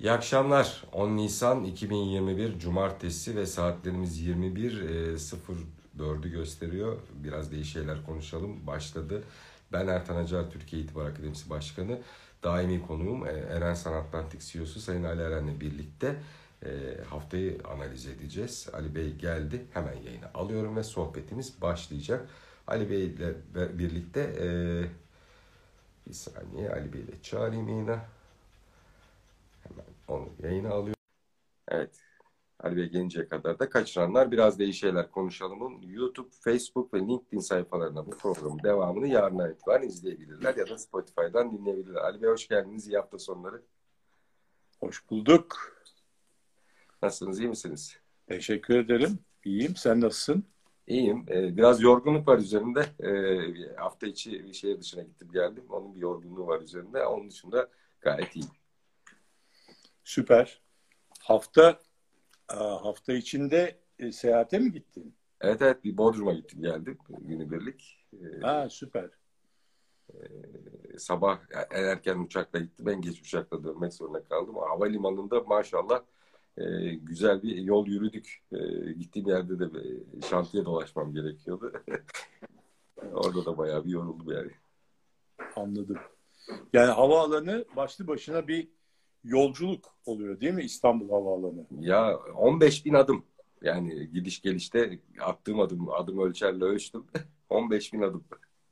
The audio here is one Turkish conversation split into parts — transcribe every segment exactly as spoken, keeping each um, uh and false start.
İyi akşamlar. on Nisan iki bin yirmi bir Cumartesi ve saatlerimiz yirmi bir sıfır dördü gösteriyor. Biraz değişik şeyler konuşalım. Başladı. Ben Ertan Acar, Türkiye İtibar Akademisi Başkanı. Daimi konuğum Eren Sanatlantik C E O'su Sayın Ali Eren'le birlikte haftayı analiz edeceğiz. Ali Bey geldi. Hemen yayına alıyorum ve sohbetimiz başlayacak. Ali Bey ile birlikte bir saniye Ali Bey'i de çağırayım yine. Hemen onu yayına alıyorum. Evet. Ali Bey gelinceye kadar da kaçıranlar biraz değişik şeyler konuşalım'ın YouTube, Facebook ve LinkedIn sayfalarına bu programın devamını yarına itibaren izleyebilirler ya da Spotify'dan dinleyebilirler. Ali Bey hoş geldiniz. İyi hafta sonları. Hoş bulduk. Nasılsınız? İyi misiniz? Teşekkür ederim. İyiyim. Sen nasılsın? İyiyim. Ee, biraz yorgunluk var üzerimde. Ee, hafta içi bir şehir dışına gittim geldim. Onun bir yorgunluğu var üzerimde. Onun dışında gayet iyiyim. Süper. Hafta hafta içinde e, seyahate mi gittin? Evet evet bir Bodrum'a gittim geldim günübirlik. Ee, Ha, süper. e, sabah en erken uçakla gittim. En geç uçakla dönmek zorunda kaldım. Havalimanında maşallah e, güzel bir yol yürüdük. E, gittiğim yerde de e, şantiye dolaşmam gerekiyordu. Orada da bayağı bir yoruldum yani. Anladım. Yani havaalanı başlı başına bir yolculuk oluyor değil mi İstanbul Havaalanı? Ya on beş bin adım. Yani gidiş gelişte attığım adım adım ölçerle ölçtüm. on beş bin adım.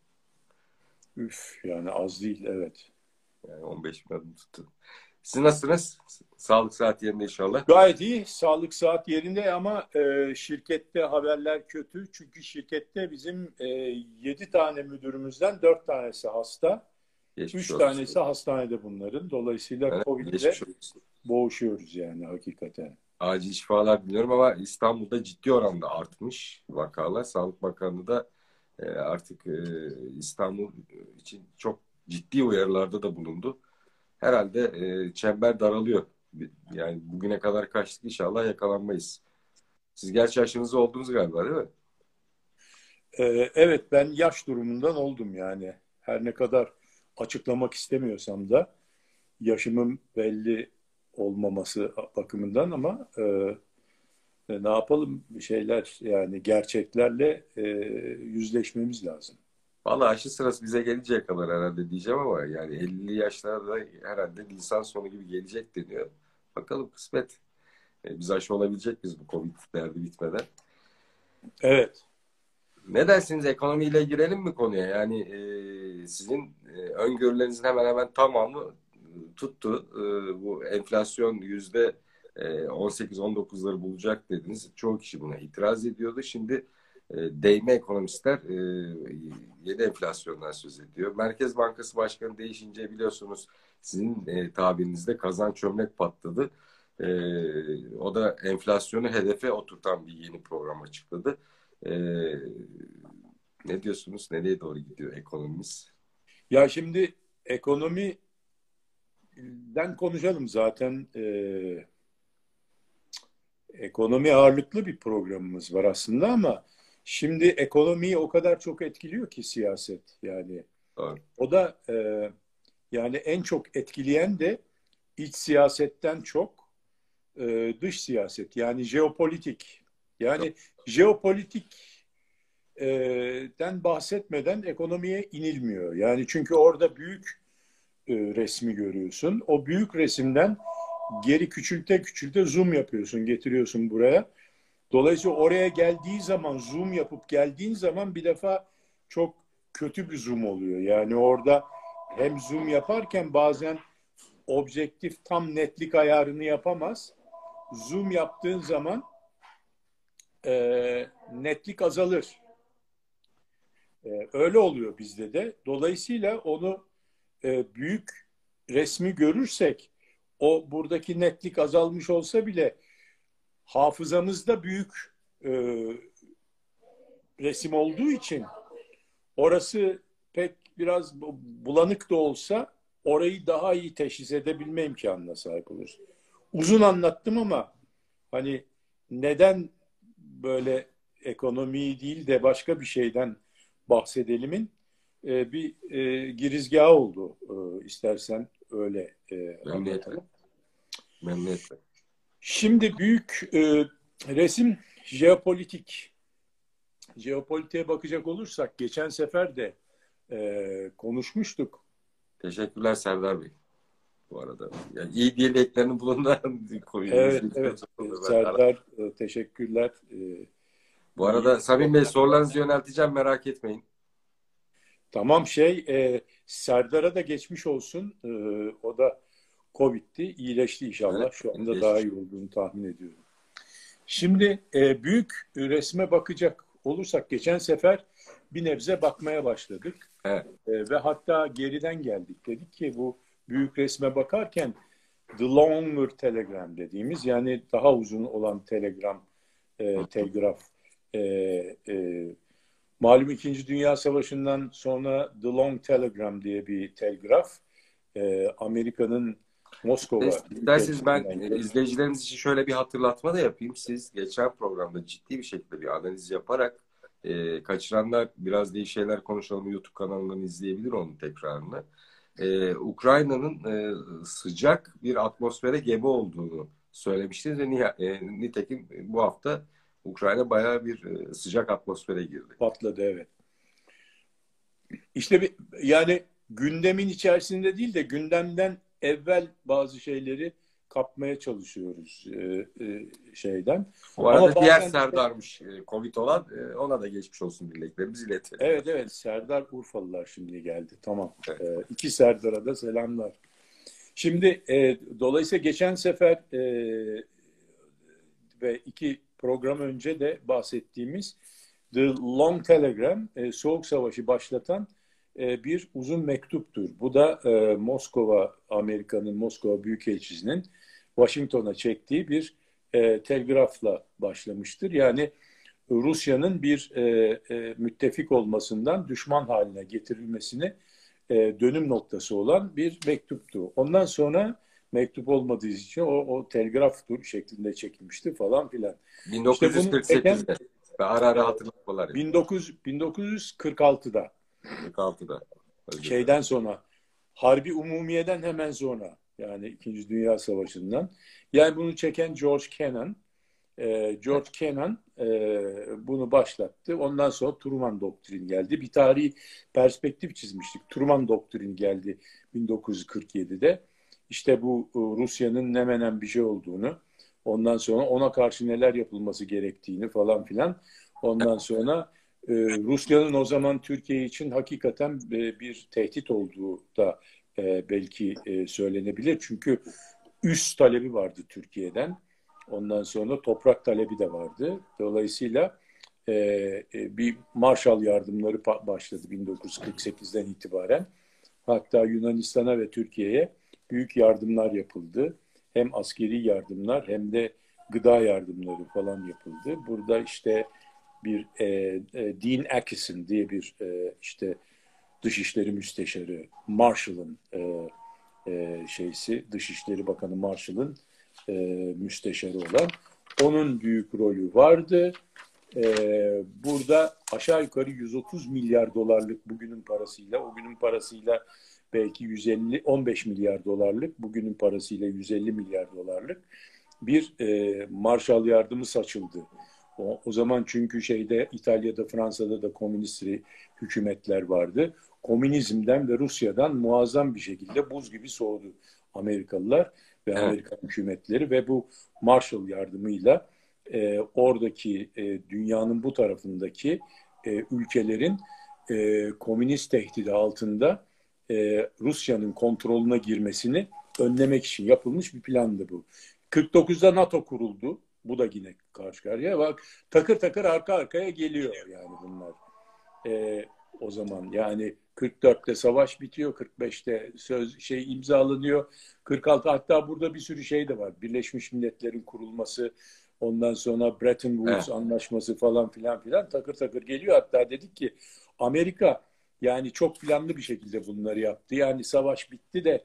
Üf, yani az değil, evet. Yani on beş bin adım tuttu. Siz nasılsınız? Sağlık saat yerinde inşallah. Gayet iyi. Sağlık saat yerinde ama e, şirkette haberler kötü. Çünkü şirkette bizim e, yedi tane müdürümüzden dört tanesi hasta. Geçmiş Üç olsun. tanesi hastanede bunların. Dolayısıyla Evet, Covid ile geçmiş olsun. boğuşuyoruz yani hakikaten. Acil şifalar diliyorum ama İstanbul'da ciddi oranda artmış vakalar. Sağlık Bakanlığı da e, artık e, İstanbul için çok ciddi uyarılarda da bulundu. Herhalde e, çember daralıyor. Yani bugüne kadar kaçtık, inşallah yakalanmayız. Siz gerçi aşınızda oldunuz galiba değil mi? Ee, evet, ben yaş durumundan oldum yani. Her ne kadar açıklamak istemiyorsam da yaşımın belli olmaması bakımından ama e, e, ne yapalım, bir şeyler yani gerçeklerle e, yüzleşmemiz lazım. Vallahi aşı sırası bize gelinceye kadar herhalde diyeceğim ama yani ellili yaşlarda herhalde Nisan sonu gibi gelecek deniyor. Bakalım kısmet. E, biz aşı olabilecek miyiz bu Covid derdi bitmeden? Evet. Ne dersiniz, ekonomiyle girelim mi konuya? Yani e, sizin e, öngörülerinizin hemen hemen tamamı e, tuttu. E, bu enflasyon yüzde on sekiz on dokuzları bulacak dediniz. Çoğu kişi buna itiraz ediyordu. Şimdi e, değme ekonomistler e, yeni enflasyondan söz ediyor. Merkez Bankası Başkanı değişince biliyorsunuz sizin e, tabirinizde kazan çömlek patladı. E, o da enflasyonu hedefe oturtan bir yeni program açıkladı. Ee, ne diyorsunuz? Nereye doğru gidiyor ekonomimiz? Ya şimdi ekonomiden konuşalım zaten. Ee, ekonomi ağırlıklı bir programımız var aslında ama şimdi ekonomiyi o kadar çok etkiliyor ki siyaset yani. Doğru. O da e, yani en çok etkileyen de iç siyasetten çok e, dış siyaset yani jeopolitik. Yani jeopolitikten bahsetmeden ekonomiye inilmiyor. Yani çünkü orada büyük e, resmi görüyorsun. O büyük resimden geri küçülte küçülte zoom yapıyorsun, getiriyorsun buraya. Dolayısıyla oraya geldiği zaman, zoom yapıp geldiğin zaman bir defa çok kötü bir zoom oluyor. Yani orada hem zoom yaparken bazen objektif tam netlik ayarını yapamaz. Zoom yaptığın zaman e, netlik azalır. E, öyle oluyor bizde de. Dolayısıyla onu e, büyük resmi görürsek o buradaki netlik azalmış olsa bile hafızamızda büyük e, resim olduğu için orası pek biraz bulanık da olsa orayı daha iyi teşhis edebilme imkanına sahip oluruz. Uzun anlattım ama hani neden böyle ekonomiyi değil de başka bir şeyden bahsedelimin e, bir e, girizgahı oldu. E, istersen öyle e, Memnuniyetle. anlatalım. Memnuniyetle. Şimdi büyük e, resim jeopolitik. Jeopolitiğe bakacak olursak geçen sefer de e, konuşmuştuk. Teşekkürler Serdar Bey bu arada. Yani iyi dileklerini bulunduran Evet, evet. E, ben ara- Serdar e, teşekkürler. E, Bu iyi arada Samim Bey sorularınızı yönelteceğim, merak etmeyin. Tamam şey e, Serdar'a da geçmiş olsun. E, o da Covid'ti. İyileşti inşallah. Evet, Şu anda daha geçmiş. iyi olduğunu tahmin ediyorum. Şimdi e, büyük resme bakacak olursak geçen sefer bir nebze bakmaya başladık. Evet. E, ve hatta geriden geldik. Dedik ki bu büyük resme bakarken the longer telegram dediğimiz yani daha uzun olan telegram, e, telgraf e, e, malum İkinci Dünya Savaşı'ndan sonra The Long Telegram diye bir telgraf e, Amerika'nın Moskova İsterseniz ben büyükelçisinden e, izleyicilerimiz için şöyle bir hatırlatma da yapayım. Siz geçen programda ciddi bir şekilde bir analiz yaparak e, kaçıranlar biraz değil şeyler konuşalım YouTube kanalından izleyebilir onun tekrarını. E, Ukrayna'nın e, sıcak bir atmosfere gebe olduğunu söylemiştiniz ve niha- e, nitekim bu hafta Ukrayna bayağı bir e, sıcak atmosfere girdi. patladı evet. İşte bir, yani gündemin içerisinde değil de gündemden evvel bazı şeyleri kapmaya çalışıyoruz e, e, şeyden. Bu Ama arada diğer bazen de Serdar'mış e, Covid olan, e, ona da geçmiş olsun dileklerimizi iletelim. evet evet Serdar Urfalılar şimdi geldi. Tamam. Evet. E, iki Serdar'a da selamlar. Şimdi e, dolayısıyla geçen sefer e, ve iki program önce de bahsettiğimiz The Long Telegram, e, Soğuk Savaşı başlatan e, bir uzun mektuptur. Bu da e, Moskova, Amerika'nın Moskova Büyükelçisi'nin Washington'a çektiği bir e, telgrafla başlamıştır. Yani Rusya'nın bir e, e, müttefik olmasından düşman haline getirilmesini e, dönüm noktası olan bir mektuptu. Ondan sonra mektup olmadığı için o, o telgraf şeklinde çekilmişti falan filan. İşte bunu çeken bin dokuz yüz kırk sekizde ve ara e, ara hatırlatmalar yapıyor. bin dokuz yüz, bin dokuz yüz kırk altıda kırk altıda. Özür dilerim. şeyden sonra Harbi Umumiye'den hemen sonra yani İkinci Dünya Savaşı'ndan yani bunu çeken George Kennan e, George Kennan e, bunu başlattı. Ondan sonra Truman Doktrini geldi. Bir tarihi perspektif çizmiştik. Truman Doktrini geldi bin dokuz yüz kırk yedide. İşte bu e, Rusya'nın ne menen bir şey olduğunu, ondan sonra ona karşı neler yapılması gerektiğini falan filan. Ondan sonra e, Rusya'nın o zaman Türkiye için hakikaten e, bir tehdit olduğu da e, belki e, söylenebilir. Çünkü üst talebi vardı Türkiye'den. Ondan sonra toprak talebi de vardı. Dolayısıyla e, e, bir Marshall yardımları başladı bin dokuz yüz kırk sekizden itibaren. Hatta Yunanistan'a ve Türkiye'ye büyük yardımlar yapıldı. Hem askeri yardımlar hem de gıda yardımları falan yapıldı. Burada işte bir e, e, Dean Acheson diye bir e, işte Dışişleri Müsteşarı Marshall'ın e, e, şeysi Dışişleri Bakanı Marshall'ın e, müsteşarı olan onun büyük rolü vardı. E, burada aşağı yukarı yüz otuz milyar dolarlık bugünün parasıyla o günün parasıyla belki yüz elli on beş milyar dolarlık bugünün parasıyla yüz elli milyar dolarlık bir e, Marshall yardımı saçıldı. O, o zaman çünkü şeyde İtalya'da Fransa'da da komünist hükümetler vardı. Komünizmden ve Rusya'dan muazzam bir şekilde buz gibi soğudu Amerikalılar ve Evet. Amerikan hükümetleri ve bu Marshall yardımıyla e, oradaki e, dünyanın bu tarafındaki e, ülkelerin e, komünist tehdidi altında e, Rusya'nın kontrolüne girmesini önlemek için yapılmış bir plandı bu. kırk dokuzda NATO kuruldu. Bu da yine karşı karşıya. Bak takır takır arka arkaya geliyor yani bunlar. E, o zaman yani kırk dörtte savaş bitiyor, kırk beşte söz şey imzalanıyor, kırk altı hatta burada bir sürü şey de var. Birleşmiş Milletler'in kurulması, ondan sonra Bretton Woods Evet. anlaşması falan filan filan takır takır geliyor. Hatta dedik ki Amerika yani çok planlı bir şekilde bunları yaptı. Yani savaş bitti de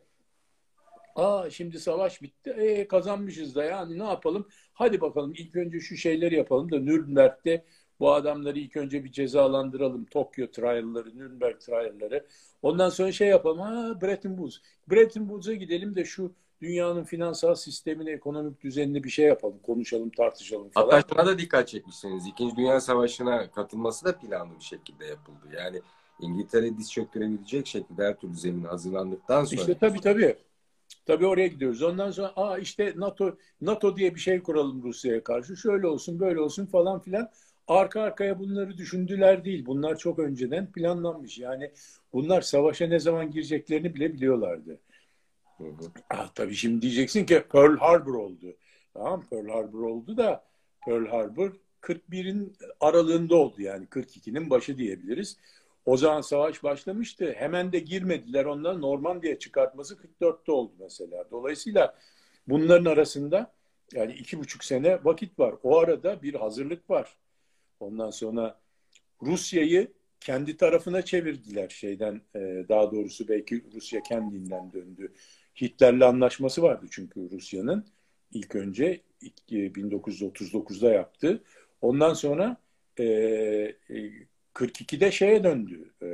aa şimdi savaş bitti. E, kazanmışız da yani ne yapalım? Hadi bakalım ilk önce şu şeyleri yapalım da Nürnberg'de bu adamları ilk önce bir cezalandıralım. Tokyo trial'ları, Nürnberg trial'ları. Ondan sonra şey yapalım. Ha Bretton Woods. Bretton Woods'a gidelim de şu dünyanın finansal sistemini, ekonomik düzenini bir şey yapalım, konuşalım, tartışalım Hatta falan. şuna da dikkat çekmişsiniz. İkinci Dünya Savaşı'na katılması da planlı bir şekilde yapıldı. Yani İngiltere diz çöktürebilecek şekilde her türlü zemin hazırlandıktan sonra. İşte tabii tabii. Tabii oraya gidiyoruz. Ondan sonra aa işte NATO NATO diye bir şey kuralım Rusya'ya karşı. Şöyle olsun, böyle olsun falan filan. Arka arkaya bunları düşündüler değil. Bunlar çok önceden planlanmış. Yani bunlar savaşa ne zaman gireceklerini bile biliyorlardı. Hı hı. Ah, tabii şimdi diyeceksin ki Pearl Harbor oldu. Tamam, Pearl Harbor oldu da Pearl Harbor kırk birin aralığında oldu, yani kırk ikinin başı diyebiliriz. O zaman savaş başlamıştı. Hemen de girmediler. Ondan Normandiya çıkartması kırk dörtte oldu mesela. Dolayısıyla bunların arasında yani iki buçuk sene vakit var. O arada bir hazırlık var. Ondan sonra Rusya'yı kendi tarafına çevirdiler şeyden, e, daha doğrusu belki Rusya kendinden döndü. Hitler'le anlaşması vardı çünkü Rusya'nın ilk önce bin dokuz yüz otuz dokuzda yaptı. Ondan sonra e, e, kırk ikide şeye döndü. E,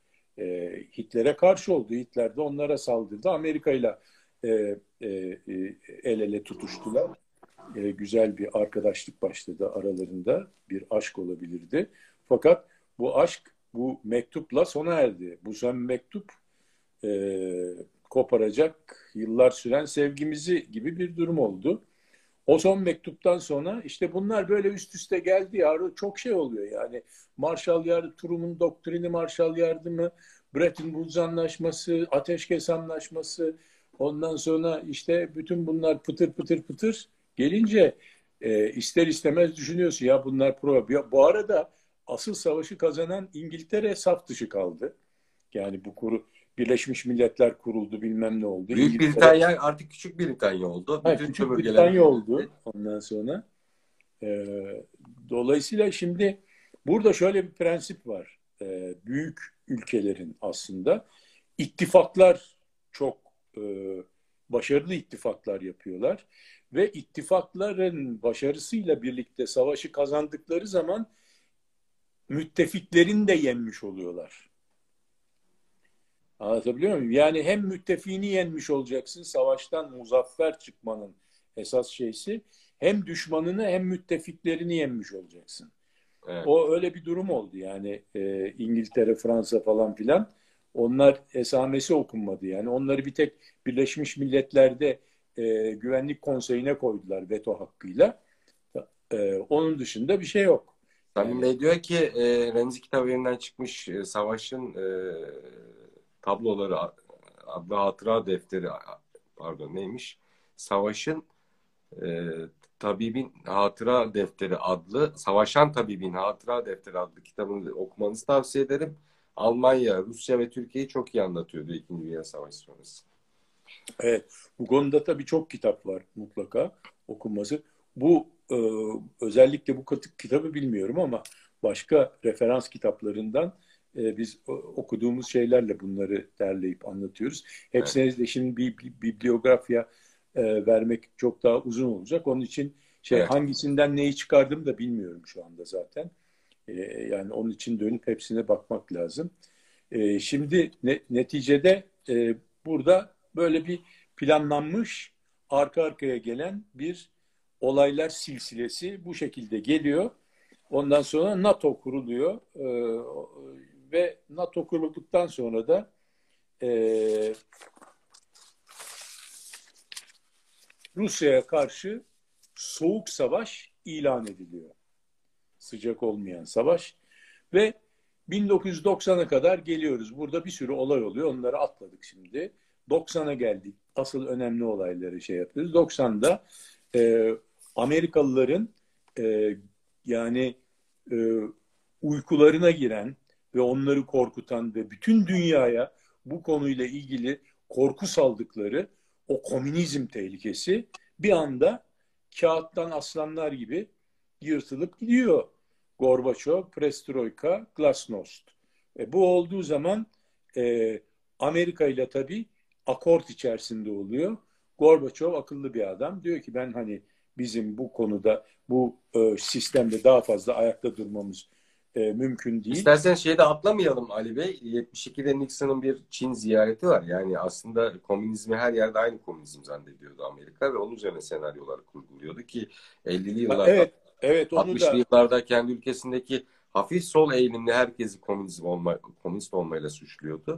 e, Hitler'e karşı oldu. Hitler de onlara saldırdı. Amerika ile e, e, el ele tutuştular. E, güzel bir arkadaşlık başladı aralarında. Bir aşk olabilirdi. Fakat bu aşk bu mektupla sona erdi. Bu son mektup e, koparacak yıllar süren sevgimizi gibi bir durum oldu. O son mektuptan sonra işte bunlar böyle üst üste geldi ya, çok şey oluyor yani. Marshall Yardımı, Truman doktrini, Marshall Yardımı, Bretton Woods Anlaşması, Ateşkes Anlaşması, ondan sonra işte bütün bunlar pıtır pıtır pıtır gelince e, ister istemez düşünüyorsun ya bunlar pro. Ya, bu arada asıl savaşı kazanan İngiltere saf dışı kaldı. Yani bu kuru Birleşmiş Milletler kuruldu, bilmem ne oldu. Büyük İngiltere Britanya artık Küçük Britanya oldu. ha, Bütün Küçük sömürgeler Britanya birleşti. oldu ondan sonra. Ee, dolayısıyla şimdi burada şöyle bir prensip var. Ee, büyük ülkelerin aslında ittifaklar çok e, başarılı ittifaklar yapıyorlar ve ittifakların başarısıyla birlikte savaşı kazandıkları zaman müttefiklerini de yenmiş oluyorlar. Anlatabiliyor muyum? Yani hem müttefiğini yenmiş olacaksın, savaştan muzaffer çıkmanın esas şeysi, hem düşmanını hem müttefiklerini yenmiş olacaksın. Evet. O öyle bir durum oldu yani e, İngiltere, Fransa falan filan. Onlar esamesi okunmadı yani. Onları bir tek Birleşmiş Milletler'de e, Güvenlik Konseyi'ne koydular veto hakkıyla. E, onun dışında bir şey yok. Samim Yani Bey diyor ki e, Remzi Kitabevi'nden çıkmış e, savaşın e, tabloları adlı hatıra defteri, pardon neymiş? Savaşın e, Tabibin Hatıra Defteri adlı, Savaşan Tabibin Hatıra Defteri adlı kitabını okumanızı tavsiye ederim. Almanya, Rusya ve Türkiye'yi çok iyi anlatıyordu İkinci Dünya Savaşı sonrası. evet, bu konuda tabii çok kitap var mutlaka okunması. Bu e, özellikle bu kat- kitabı bilmiyorum ama başka referans kitaplarından e, biz o- okuduğumuz şeylerle bunları derleyip anlatıyoruz. Evet, Hepsine de şimdi bir, bir bibliografya e, vermek çok daha uzun olacak. Onun için şey evet. hangisinden neyi çıkardım da bilmiyorum şu anda zaten. E, yani onun için dönüp hepsine bakmak lazım. E, şimdi ne, neticede e, burada böyle bir planlanmış, arka arkaya gelen bir olaylar silsilesi bu şekilde geliyor. Ondan sonra NATO kuruluyor e, ve NATO kurulduktan sonra da e, Rusya'ya karşı soğuk savaş ilan ediliyor. Sıcak olmayan savaş ve bin dokuz yüz doksana kadar geliyoruz. Burada bir sürü olay oluyor. Onları atladık şimdi. doksana geldik. Asıl önemli olayları şey yapıyoruz. doksanda e, Amerikalıların e, yani e, uykularına giren ve onları korkutan ve bütün dünyaya bu konuyla ilgili korku saldıkları o komünizm tehlikesi bir anda kağıttan aslanlar gibi yırtılıp gidiyor. Gorbaçov, Perestroika, Glasnost. E, bu olduğu zaman e, Amerika ile tabii akort içerisinde oluyor. Gorbaçov akıllı bir adam. Diyor ki ben hani bizim bu konuda bu e, sistemde daha fazla ayakta durmamız e, mümkün değil. İstersen şeyde atlamayalım Ali Bey. yetmiş ikide Nixon'ın bir Çin ziyareti var. Yani aslında komünizmi her yerde aynı komünizm zannediyordu Amerika ve onun üzerine senaryolar kurguluyordu ki ellili Ha, yıllarda evet, evet onu altmışlı da yıllarda kendi ülkesindeki hafif sol eğilimli herkesi komünizm olma, komünist olmayla suçluyordu.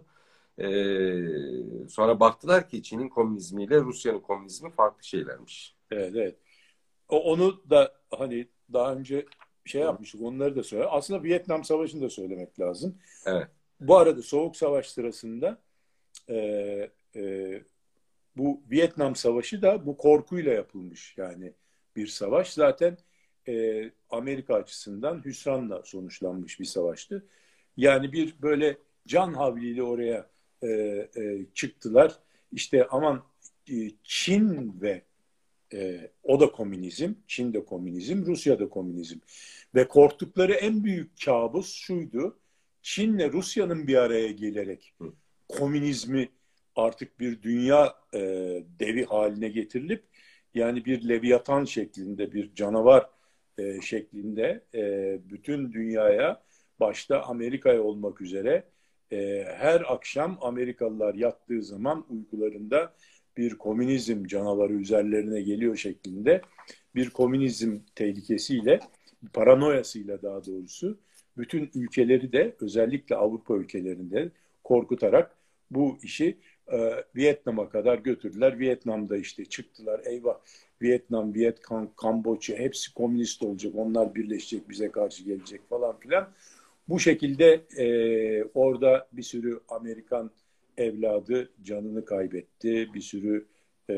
Ee, sonra baktılar ki Çin'in komünizmiyle Rusya'nın komünizmi farklı şeylermiş. evet, evet. O, onu da hani daha önce şey Hı. yapmıştık, onları da söyle. Aslında Vietnam Savaşı'nı da söylemek lazım. Evet. Bu arada Soğuk Savaş sırasında e, e, bu Vietnam Savaşı da bu korkuyla yapılmış yani bir savaş. Zaten e, Amerika açısından hüsranla sonuçlanmış bir savaştı. Yani bir böyle can havliyle oraya e, e, çıktılar. İşte aman e, Çin ve e, o da komünizm, Çin de komünizm, Rusya da komünizm. Ve korktukları en büyük kabus şuydu. Çin'le Rusya'nın bir araya gelerek Hı. komünizmi artık bir dünya e, devi haline getirilip yani bir Leviathan şeklinde bir canavar e, şeklinde e, bütün dünyaya başta Amerika'ya olmak üzere e, her akşam Amerikalılar yattığı zaman uykularında bir komünizm canavarı üzerlerine geliyor şeklinde bir komünizm tehlikesiyle, paranoyasıyla daha doğrusu bütün ülkeleri de özellikle Avrupa ülkelerinde korkutarak bu işi e, Vietnam'a kadar götürdüler. Vietnam'da işte çıktılar eyvah Vietnam, Vietcong, Kamboçya hepsi komünist olacak. Onlar birleşecek bize karşı gelecek falan filan. Bu şekilde e, orada bir sürü Amerikan evladı canını kaybetti. Bir sürü e,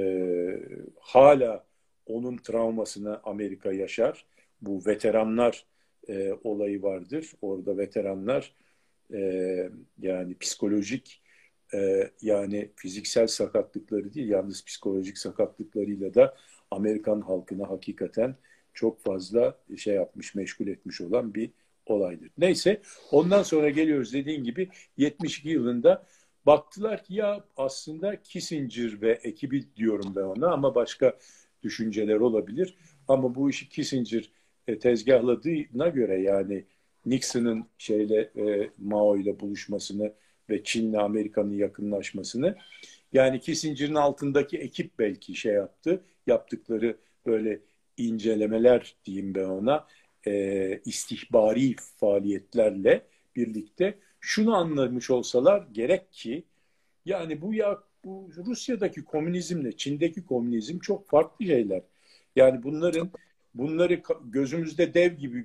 hala onun travmasını Amerika yaşar. Bu veteranlar e, olayı vardır. Orada veteranlar e, yani psikolojik e, yani fiziksel sakatlıkları değil yalnız psikolojik sakatlıklarıyla da Amerikan halkına hakikaten çok fazla şey yapmış, meşgul etmiş olan bir olaydır. Neyse ondan sonra geliyoruz dediğin gibi yetmiş iki yılında baktılar ki ya aslında Kissinger ve ekibi diyorum ben ona ama başka düşünceler olabilir. Ama bu işi Kissinger e, tezgahladığına göre yani Nixon'ın şeyle e, Mao ile buluşmasını ve Çin'le Amerika'nın yakınlaşmasını yani Kissinger'ın altındaki ekip belki şey yaptı. Yaptıkları böyle incelemeler diyeyim ben ona e, istihbari faaliyetlerle birlikte şunu anlamış olsalar gerek ki yani bu ya bu Rusya'daki komünizmle Çin'deki komünizm çok farklı şeyler. Yani bunların bunları gözümüzde dev gibi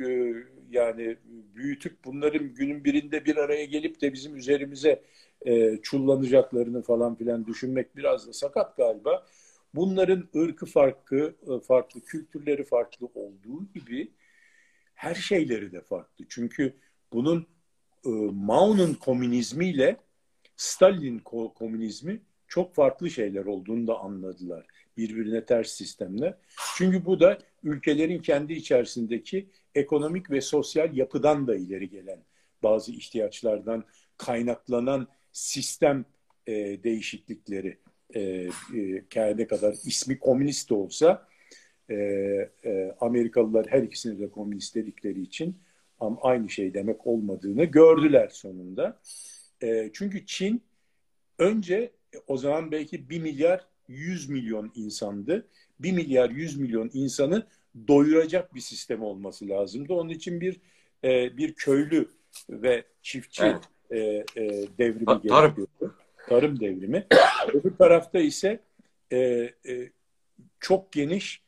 yani büyütüp bunların günün birinde bir araya gelip de bizim üzerimize e, çullanacaklarını falan filan düşünmek biraz da sakat galiba. Bunların ırkı farklı, farklı kültürleri farklı olduğu gibi her şeyleri de farklı. Çünkü bunun e, Mao'nun komünizmiyle Stalin'in komünizmi çok farklı şeyler olduğunu da anladılar. Birbirine ters sistemler. Çünkü bu da ülkelerin kendi içerisindeki ekonomik ve sosyal yapıdan da ileri gelen bazı ihtiyaçlardan kaynaklanan sistem e, değişiklikleri e, e, ne kadar ismi komünist de olsa e, e, Amerikalılar her ikisini de komünist dedikleri için ama aynı şey demek olmadığını gördüler sonunda. E, çünkü Çin önce o zaman belki bir milyar yüz milyon insandı. Bir milyar yüz milyon insanı doyuracak bir sistem olması lazımdı. Onun için bir e, bir köylü ve çiftçi Evet. e, e, devrimi Ta- Tarım. gerekiyordu. Tarım devrimi. Öbür tarafta ise e, e, çok geniş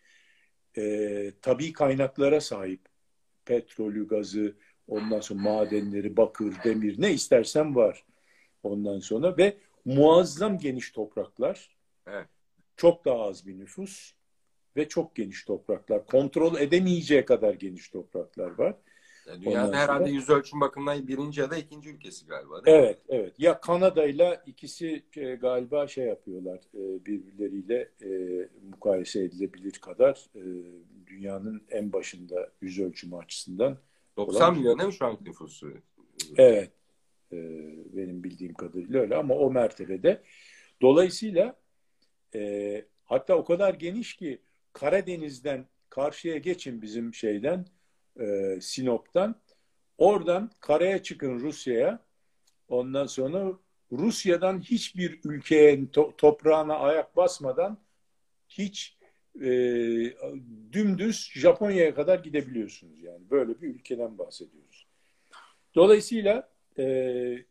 e, tabii kaynaklara sahip. Petrolü, gazı, ondan sonra madenleri, bakır, demir ne istersen var. Ondan sonra ve muazzam geniş topraklar, Evet. çok daha az bir nüfus ve çok geniş topraklar. Kontrol edemeyeceği kadar geniş topraklar var. Yani Ondan dünyada herhalde sonra yüz ölçüm bakımından birinci ya da ikinci ülkesi galiba değil mi? evet, evet. Ya Kanada'yla ikisi e, galiba şey yapıyorlar e, birbirleriyle e, mukayese edilebilir kadar e, dünyanın en başında yüz ölçümü açısından olan. doksan milyon değil mi şu anki nüfusu? Evet, e, benim bildiğim kadarıyla öyle ama o mertebede. Dolayısıyla e, hatta o kadar geniş ki Karadeniz'den karşıya geçin bizim şeyden e, Sinop'tan Oradan karaya çıkın Rusya'ya. Ondan sonra Rusya'dan hiçbir ülkeye to- toprağına ayak basmadan hiç e, dümdüz Japonya'ya kadar gidebiliyorsunuz. Yani böyle bir ülkeden bahsediyoruz. Dolayısıyla e,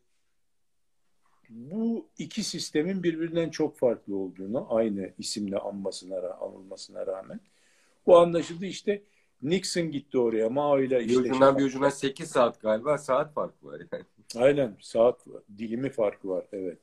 bu iki sistemin birbirinden çok farklı olduğunu aynı isimle anmasına, anılmasına rağmen bu anlaşıldı. İşte Nixon gitti oraya. Mao ile Bir işte şey ucundan bir yaptı. ucuna sekiz saat galiba saat farkı var yani. Aynen saat dilimi farkı var. Evet.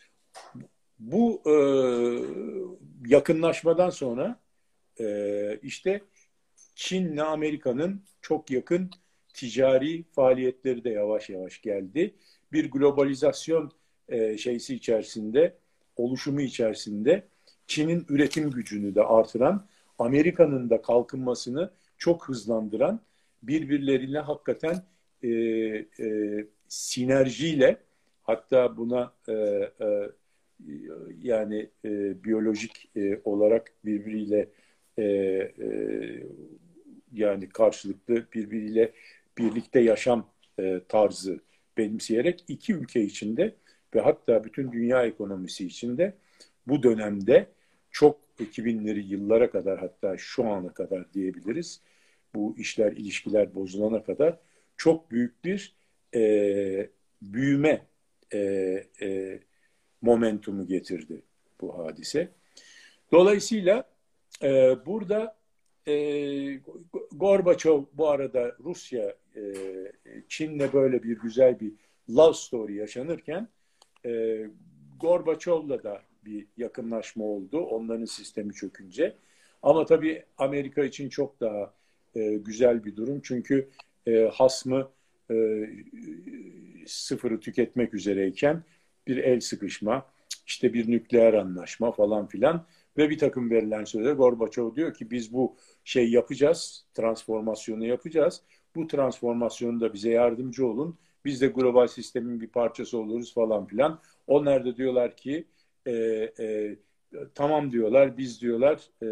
Bu e, yakınlaşmadan sonra e, işte Çin'le Amerika'nın çok yakın ticari faaliyetleri de yavaş yavaş geldi. Bir globalizasyon e, şeysi içerisinde, oluşumu içerisinde Çin'in üretim gücünü de artıran, Amerika'nın da kalkınmasını çok hızlandıran, birbirleriyle hakikaten e, e, sinerjiyle, hatta buna e, e, yani e, biyolojik e, olarak birbiriyle e, e, yani karşılıklı birbiriyle birlikte yaşam e, tarzı benimseyerek iki ülke içinde ve hatta bütün dünya ekonomisi içinde bu dönemde çok iki binli yıllara kadar, hatta şu ana kadar diyebiliriz, bu işler, ilişkiler bozulana kadar çok büyük bir e, büyüme e, e, momentumu getirdi bu hadise. Dolayısıyla e, burada e, Gorbaçov bu arada Rusya, e, Çin'le böyle bir güzel bir love story yaşanırken e, Gorbaçov'la da bir yakınlaşma oldu. Onların sistemi çökünce. Ama tabii Amerika için çok daha e, güzel bir durum. Çünkü e, hasmı e, sıfırı tüketmek üzereyken bir el sıkışma, işte bir nükleer anlaşma falan filan ve bir takım verilen sözler. Gorbaçov diyor ki biz bu şey yapacağız, transformasyonu yapacağız. Bu transformasyonda bize yardımcı olun. Biz de global sistemin bir parçası oluruz falan filan. Onlar da diyorlar ki e, e, tamam diyorlar, biz diyorlar e,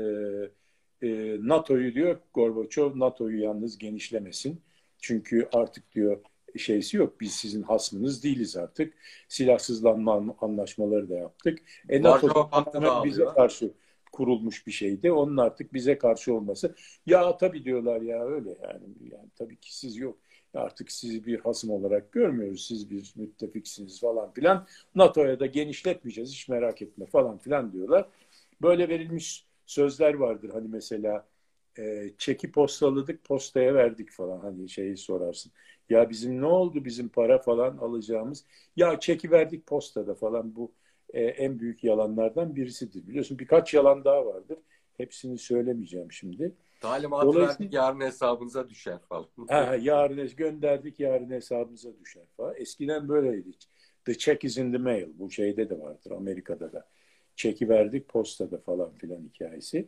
e, NATO'yu diyor Gorbaçov, NATO'yu yalnız genişlemesin. Çünkü artık diyor şeysi yok. Biz sizin hasmınız değiliz artık. Silahsızlanma anlaşmaları da yaptık. E NATO Varşova Paktı tamamen bize dağılıyor. karşı kurulmuş bir şeydi. Onun artık bize karşı olması. Ya tabii diyorlar ya öyle yani. Yani tabii ki siz yok. Artık sizi bir hasım olarak görmüyoruz. Siz bir müttefiksiniz falan filan. NATO'ya da genişletmeyeceğiz. Hiç merak etme falan filan diyorlar. Böyle verilmiş sözler vardır. Hani mesela e, çeki postaladık, postaya verdik falan. Hani şeyi sorarsın. Ya bizim ne oldu bizim para falan alacağımız? Ya çeki verdik postada falan, bu e, en büyük yalanlardan birisidir. Biliyorsun birkaç yalan daha vardır. Hepsini söylemeyeceğim şimdi. Talimatı Dolayısıyla verdik yarın hesabınıza düşer falan. ha, yarın gönderdik, yarın hesabımıza düşer falan. Eskiden böyleydi. The check is in the mail. Bu şeyde de vardır, Amerika'da da. Çeki verdik postada falan filan hikayesi.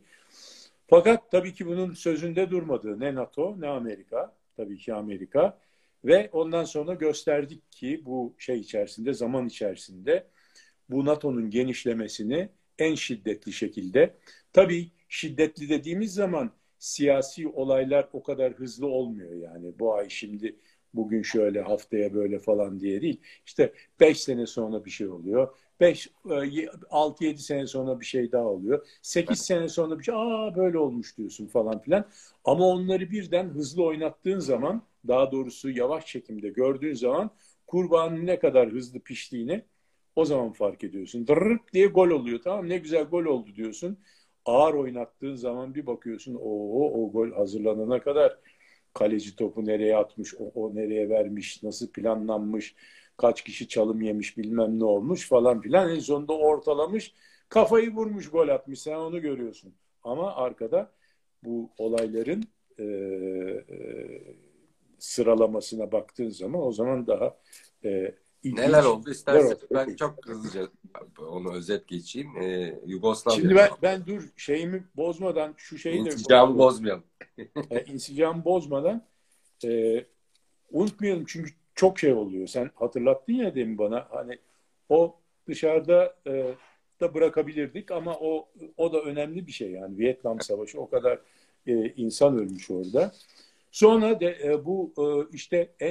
Fakat tabii ki bunun sözünde durmadı. Ne NATO ne Amerika. Tabii ki Amerika. Ve ondan sonra gösterdik ki bu şey içerisinde, zaman içerisinde bu NATO'nun genişlemesini en şiddetli şekilde, tabii şiddetli dediğimiz zaman siyasi olaylar o kadar hızlı olmuyor yani. Bu ay şimdi, bugün şöyle, haftaya böyle falan diye değil. İşte beş sene sonra bir şey oluyor. beş altı yedi sene sonra bir şey daha oluyor. sekiz sene sonra bir şey, aa böyle olmuş diyorsun falan filan. Ama onları birden hızlı oynattığın zaman, daha doğrusu yavaş çekimde gördüğün zaman kurbanın ne kadar hızlı piştiğini o zaman fark ediyorsun. Dırırık diye gol oluyor. Tamam, ne güzel gol oldu diyorsun. Ağır oynattığın zaman bir bakıyorsun, o o gol hazırlanana kadar kaleci topu nereye atmış, o, o nereye vermiş, nasıl planlanmış, kaç kişi çalım yemiş, bilmem ne olmuş falan filan. En sonunda ortalamış, kafayı vurmuş, gol atmış. Sen onu görüyorsun. Ama arkada bu olayların e, e, sıralamasına baktığın zaman, o zaman daha e, Neler ilginç oldu şeyler istersen ortaya ben çıkıyor. çok hızlıca onu özet geçeyim. Ee, Yugoslavya Şimdi ben, ben dur şeyimi bozmadan şu şeyi de inticamı bozmayalım. e, insicamı bozmadan e, unutmayalım, çünkü çok şey oluyor. Sen hatırlattın ya demin bana, hani o dışarıda e, da bırakabilirdik ama o o da önemli bir şey yani. Vietnam Savaşı, o kadar e, insan ölmüş orada. Sonra de e, bu e, işte en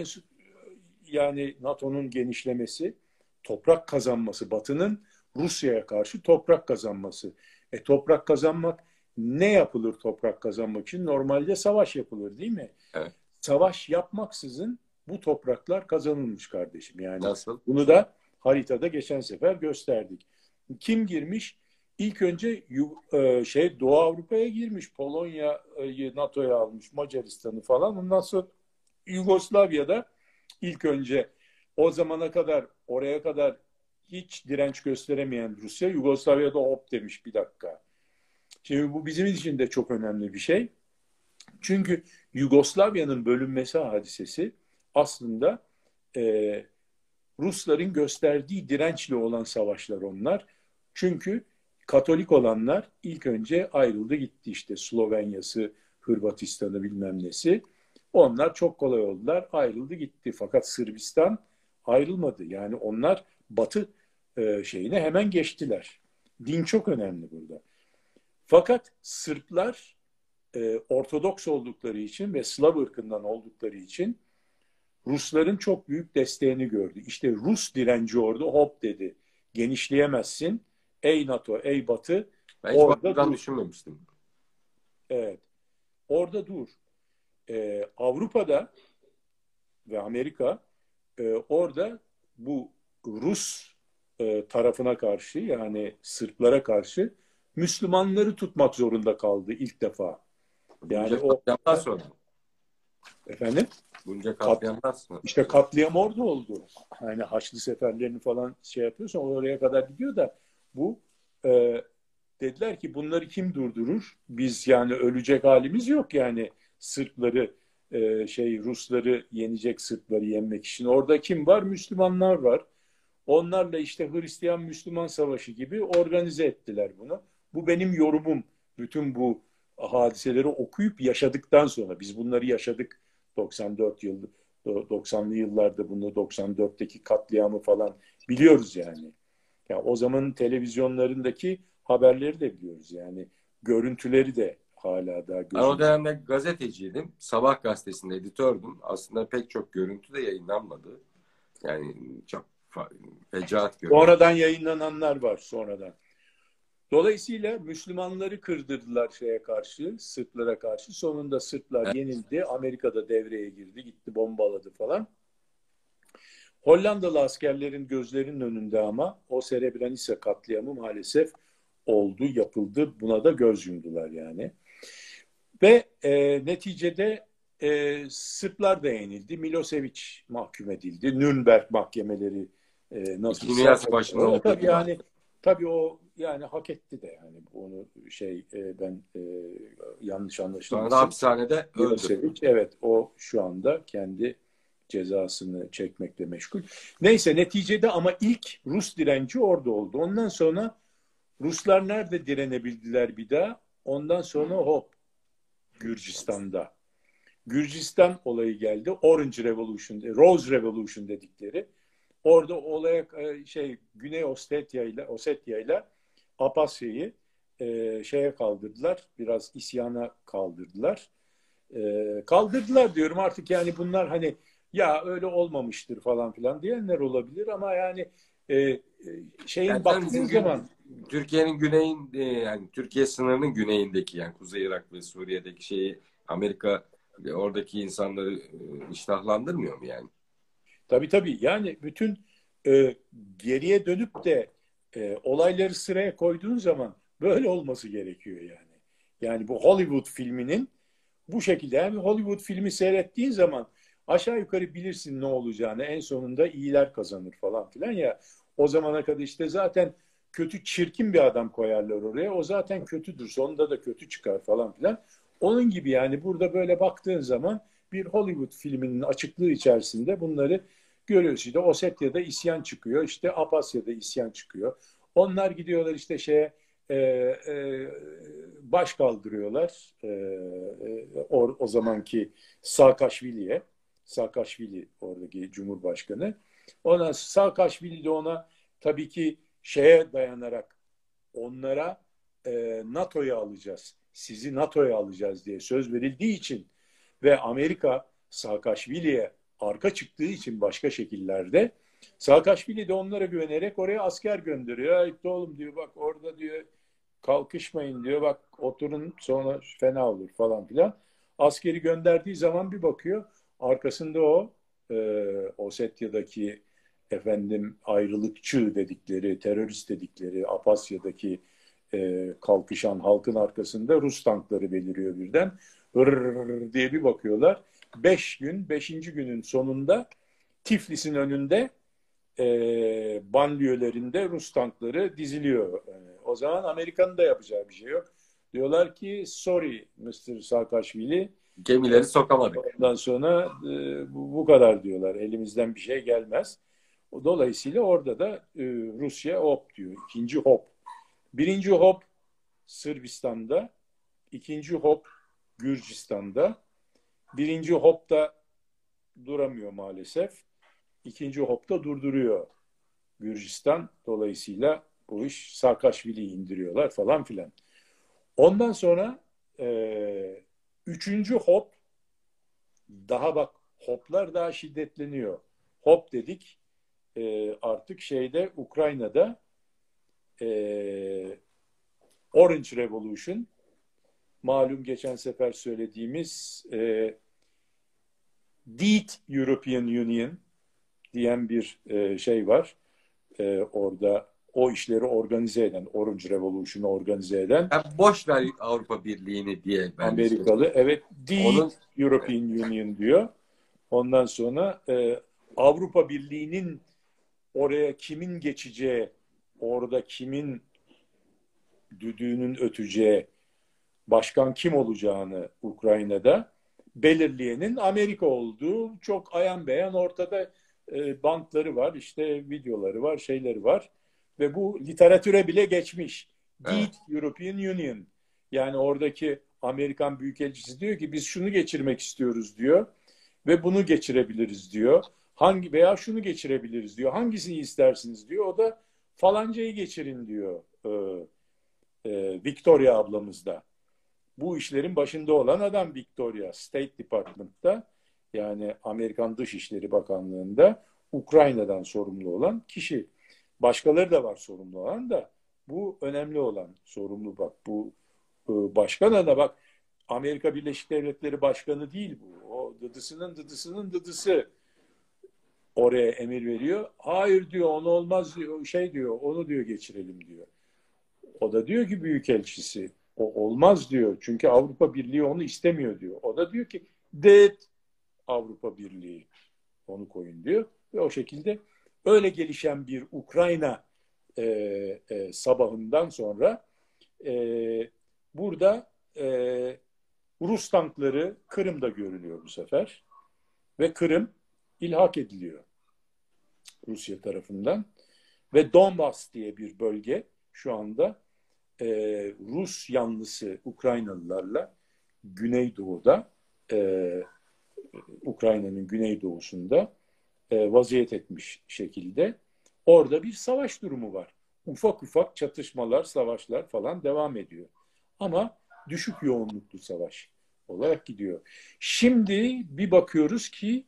yani NATO'nun genişlemesi, toprak kazanması, Batı'nın Rusya'ya karşı toprak kazanması. E toprak kazanmak, ne yapılır toprak kazanmak için? Normalde savaş yapılır, değil mi? Evet. Savaş yapmaksızın bu topraklar kazanılmış kardeşim. Yani Nasıl? bunu da haritada geçen sefer gösterdik. Kim girmiş? İlk önce e, şey Doğu Avrupa'ya girmiş. Polonya'yı NATO'ya almış, Macaristan'ı falan. Ondan sonra Yugoslavya'da ilk önce, o zamana kadar, oraya kadar hiç direnç gösteremeyen Rusya, Yugoslavya'da hop demiş, bir dakika. Şimdi bu bizim için de çok önemli bir şey. Çünkü Yugoslavya'nın bölünmesi hadisesi aslında e, Rusların gösterdiği dirençle olan savaşlar onlar. Çünkü Katolik olanlar ilk önce ayrıldı gitti, işte Slovenya'sı, Hırvatistan'ı bilmem nesi. Onlar çok kolay oldular, ayrıldı gitti. Fakat Sırbistan ayrılmadı. Yani onlar Batı e, şeyine hemen geçtiler. Din çok önemli burada. Fakat Sırplar e, Ortodoks oldukları için ve Slav ırkından oldukları için Rusların çok büyük desteğini gördü. İşte Rus direnci orada hop dedi. Genişleyemezsin. Ey NATO, ey Batı, Ben hiç bu orada açıdan dur. düşünmemiştim. Evet, orada dur. Ee, Avrupa'da ve Amerika e, orada bu Rus e, tarafına karşı, yani Sırplara karşı Müslümanları tutmak zorunda kaldı ilk defa. Yani Bunca o katliamdan sonra. efendim Bunca kat, katliamdan sonra. işte katliam orada oldu. Yani Haçlı seferlerini falan şey yapıyorsan oraya kadar gidiyor da bu e, dediler ki bunları kim durdurur? Biz yani ölecek halimiz yok yani Sırpları e, şey Rusları yenecek, Sırpları yenmek için. Orada kim var? Müslümanlar var. Onlarla işte Hristiyan-Müslüman savaşı gibi organize ettiler bunu. Bu benim yorumum. Bütün bu hadiseleri okuyup yaşadıktan sonra, biz bunları yaşadık doksan dört yıl, doksanlı yıllarda, bunu doksan dörtteki katliamı falan biliyoruz yani. Ya o zamanın televizyonlarındaki haberleri de biliyoruz yani. Görüntüleri de hala daha Ben o gözümüzde. dönemde gazeteciydim. Sabah gazetesinde editördüm. Aslında pek çok görüntü de yayınlanmadı. Yani çok fa- fecaat görüntü. Sonradan yayınlananlar var, sonradan. Dolayısıyla Müslümanları kırdırdılar şeye karşı, Sırplara karşı. Sonunda Sırplar yenildi. Amerika'da devreye girdi, gitti bombaladı falan. Hollandalı askerlerin gözlerinin önünde ama o Srebrenica katliamı maalesef oldu, yapıldı. Buna da göz yumdular yani. Ve e, neticede e, Sırplar da yenildi. Milosevic mahkum edildi. Nürnberg mahkemeleri e, İkinci nasılsa. Dünya Savaşı'nda O, olduğu tabii gibi. yani tabii o yani hak etti de yani onu şey e, ben e, yanlış Sonra da anlaşılmasın. hapishanede öldü. Milosevic, evet, o şu anda kendi cezasını çekmekle meşgul. Neyse, neticede ama ilk Rus direnci orada oldu. Ondan sonra Ruslar nerede direnebildiler bir daha? Ondan sonra hop Gürcistan'da. Gürcistan olayı geldi. Orange Revolution, Rose Revolution dedikleri. Orada olaya e, şey Güney Ossetya ile Ossetya ile Apasya'yı e, şeye kaldırdılar. Biraz isyana kaldırdılar. E, kaldırdılar diyorum artık, yani bunlar hani ya öyle olmamıştır falan filan diyenler olabilir ama yani e, e, şeyin Yani sen baktığın bizim gün, zaman Türkiye'nin güneyin e, yani Türkiye sınırının güneyindeki yani Kuzey Irak ve Suriye'deki şeyi Amerika e, oradaki insanları e, iştahlandırmıyor mu yani? tabii tabii yani bütün e, geriye dönüp de e, olayları sıraya koyduğun zaman böyle olması gerekiyor yani. Yani bu Hollywood filminin bu şekilde, yani Hollywood filmi seyrettiğin zaman aşağı yukarı bilirsin ne olacağını, en sonunda iyiler kazanır falan filan ya. O zamana kadar işte zaten kötü, çirkin bir adam koyarlar oraya, o zaten kötüdür, sonunda da kötü çıkar falan filan. Onun gibi yani burada böyle baktığın zaman bir Hollywood filminin açıklığı içerisinde bunları görüyoruz. İşte Osetya'da isyan çıkıyor, işte Apasya'da isyan çıkıyor. Onlar gidiyorlar işte şeye e, e, baş kaldırıyorlar e, e, o, o zamanki Saakashvili'ye. Saakashvili oradaki Cumhurbaşkanı. Ona Saakashvili de ona tabii ki şeye dayanarak onlara e, NATO'ya alacağız, sizi NATO'ya alacağız diye söz verildiği için Ve Amerika Saakashvili'ye arka çıktığı için başka şekillerde Saakashvili de onlara güvenerek oraya asker gönderiyor. Ay oğlum diyor, bak orada diyor kalkışmayın diyor, bak oturun sonra fena olur falan filan. Askeri gönderdiği zaman bir bakıyor arkasında o e, Osetya'daki efendim ayrılıkçı dedikleri, terörist dedikleri Apasya'daki e, kalkışan halkın arkasında Rus tankları beliriyor birden. Hırr diye bir bakıyorlar. Beş gün, beşinci günün sonunda Tiflis'in önünde e, banliyölerinde Rus tankları diziliyor. E, o zaman Amerika'nın da yapacağı bir şey yok. Diyorlar ki sorry mister Saakashvili, Gemileri sokamadık. ondan sonra e, bu, bu kadar diyorlar. Elimizden bir şey gelmez. Dolayısıyla orada da e, Rusya hop diyor. İkinci hop. Birinci hop Sırbistan'da, ikinci hop Gürcistan'da. Birinci hopta duramıyor maalesef. İkinci hopta durduruyor Gürcistan. Dolayısıyla bu iş Saakashvili'yi indiriyorlar falan filan. Ondan sonra e, üçüncü hop, daha bak hoplar daha şiddetleniyor. Hop dedik e, artık şeyde Ukrayna'da e, Orange Revolution, malum geçen sefer söylediğimiz e, Deed European Union diyen bir e, şey var. E, orada o işleri organize eden, Orange Revolution'u organize eden Ya boş ver Avrupa Birliği'ni diye ben Amerikalı. Evet, Deed onun European Union diyor. Ondan sonra e, Avrupa Birliği'nin oraya kimin geçeceği, orada kimin düdüğünün öteceği, başkan kim olacağını Ukrayna'da belirleyenin Amerika olduğu çok ayan beyan ortada, e, bantları var, işte videoları var, şeyleri var ve bu literatüre bile geçmiş. evet. Deed European Union. Yani oradaki Amerikan Büyükelçisi diyor ki biz şunu geçirmek istiyoruz diyor ve bunu geçirebiliriz diyor. Hangi veya şunu geçirebiliriz diyor. Hangisini istersiniz diyor. O da falancayı geçirin diyor. E, e, Victoria ablamız da. Bu işlerin başında olan adam Victoria, State Department'ta, yani Amerikan Dışişleri Bakanlığı'nda Ukrayna'dan sorumlu olan kişi. Başkaları da var sorumlu olan da bu önemli olan sorumlu, bak bu e, başkan da bak Amerika Birleşik Devletleri Başkanı değil bu. O dıdısının dıdısının dıdısı oraya emir veriyor. Hayır diyor, onu olmaz diyor, şey diyor, onu diyor geçirelim diyor. O da diyor ki büyükelçisi o olmaz diyor. Çünkü Avrupa Birliği onu istemiyor diyor. O da diyor ki det Avrupa Birliği onu koyun diyor. Ve o şekilde öyle gelişen bir Ukrayna e, e, sabahından sonra e, burada e, Rus tankları Kırım'da görülüyor bu sefer. Ve Kırım ilhak ediliyor Rusya tarafından. Ve Donbas diye bir bölge şu anda e, Rus yanlısı Ukraynalılarla Güneydoğu'da, e, Ukrayna'nın güneydoğusunda e, vaziyet etmiş şekilde orada bir savaş durumu var. Ufak ufak çatışmalar, savaşlar falan devam ediyor. Ama düşük yoğunluklu savaş olarak gidiyor. Şimdi bir bakıyoruz ki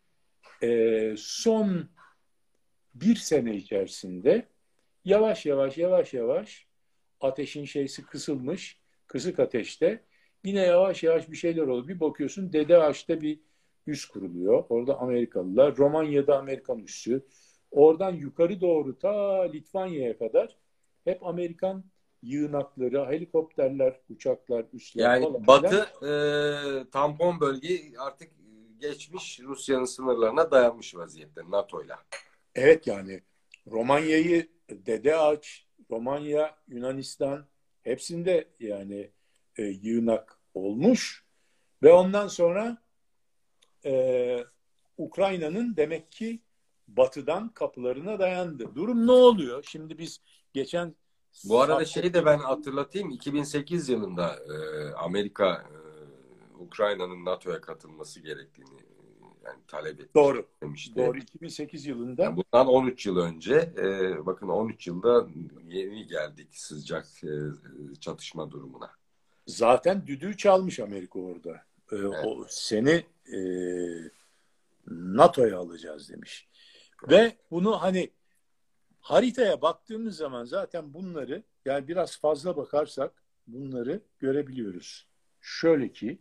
e, son bir sene içerisinde yavaş yavaş yavaş yavaş ateşin şeysi kısılmış, kısık ateşte yine yavaş yavaş bir şeyler oluyor. Bir bakıyorsun Dede Ağaç'ta bir üs kuruluyor. Orada Amerikalılar, Romanya'da Amerikan üssü. Oradan yukarı doğru ta Litvanya'ya kadar hep Amerikan yığınakları, helikopterler, uçaklar, üsler Yani falan Batı filan. e, tampon bölge artık geçmiş, Rusya'nın sınırlarına dayanmış vaziyette NATO'yla. Evet, yani Romanya'yı, Dede Ağaç, Romanya, Yunanistan hepsinde yani e, yığınak olmuş ve ondan sonra e, Ukrayna'nın demek ki batıdan kapılarına dayandı. Durum ne oluyor? Şimdi biz geçen Bu arada şeyi de ben hatırlatayım. iki bin sekiz yılında e, Amerika e, Ukrayna'nın NATO'ya katılması gerektiğini e, yani talep etmiş, doğru demişti. doğru iki bin sekiz yılında Yani bundan on üç yıl önce e, bakın on üç yılda yeni geldik sıcak e, çatışma durumuna. zaten düdüğü çalmış Amerika orada. e, Evet. o seni e, NATO'ya alacağız demiş. Ve bunu hani haritaya baktığımız zaman zaten bunları, yani biraz fazla bakarsak bunları görebiliyoruz. Şöyle ki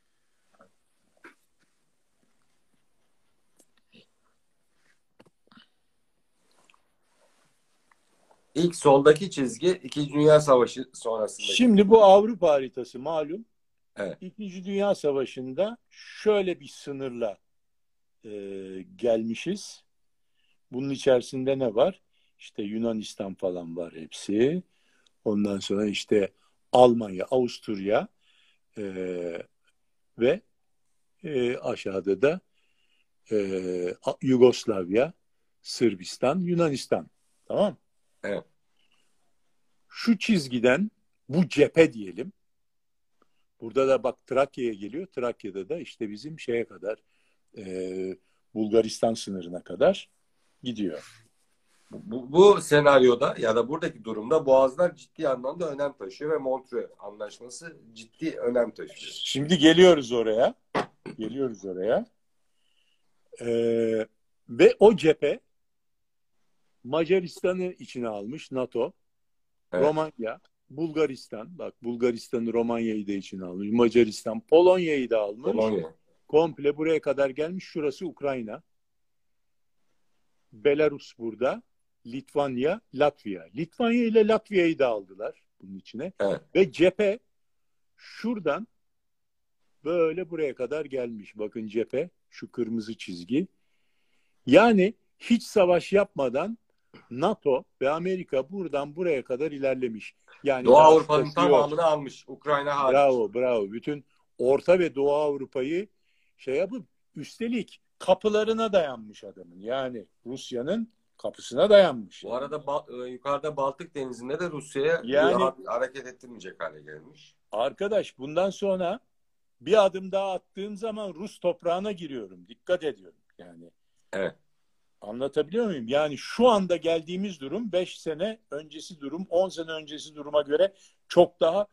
İlk soldaki çizgi İkinci Dünya Savaşı sonrasındaki. şimdi bu Avrupa haritası malum. Evet. İkinci Dünya Savaşı'nda şöyle bir sınırla e, gelmişiz. Bunun içerisinde ne var? İşte Yunanistan falan var hepsi. Ondan sonra işte Almanya, Avusturya e, ve e, aşağıda da e, Yugoslavya, Sırbistan, Yunanistan. Tamam. Evet. Şu çizgiden bu cephe diyelim. Burada da bak Trakya'ya geliyor. Trakya'da da işte bizim şeye kadar e, Bulgaristan sınırına kadar gidiyor. Bu, bu senaryoda ya da buradaki durumda Boğazlar ciddi anlamda önem taşıyor ve Montreux Anlaşması ciddi önem taşıyor. Şimdi geliyoruz oraya. Geliyoruz oraya. Ee, ve o cephe Macaristan'ı içine almış NATO, Evet. Romanya, Bulgaristan. Bak Bulgaristan'ı, Romanya'yı da içine almış. Macaristan, Polonya'yı da almış. Polonya. Komple buraya kadar gelmiş. Şurası Ukrayna. Belarus burada. Litvanya, Latvia. Litvanya ile Latvia'yı da aldılar bunun içine. Evet. Ve cephe şuradan böyle buraya kadar gelmiş. Bakın cephe, şu kırmızı çizgi. Yani hiç savaş yapmadan NATO ve Amerika buradan buraya kadar ilerlemiş. Yani Doğu daha Avrupa'nın şurası yok. tamamını almış. Ukrayna hariç. Bravo, bravo. Bütün Orta ve Doğu Avrupa'yı şey yapıp üstelik kapılarına dayanmış adamın. Yani Rusya'nın kapısına dayanmış. Bu Yani. arada Ba- e, yukarıda Baltık Denizi'nde de Rusya'ya Yani rahat hareket ettirmeyecek hale gelmiş. arkadaş bundan sonra bir adım daha attığım zaman Rus toprağına giriyorum. Dikkat ediyorum. Yani Evet. anlatabiliyor muyum? Yani şu anda geldiğimiz durum beş sene öncesi durum, on sene öncesi duruma göre çok daha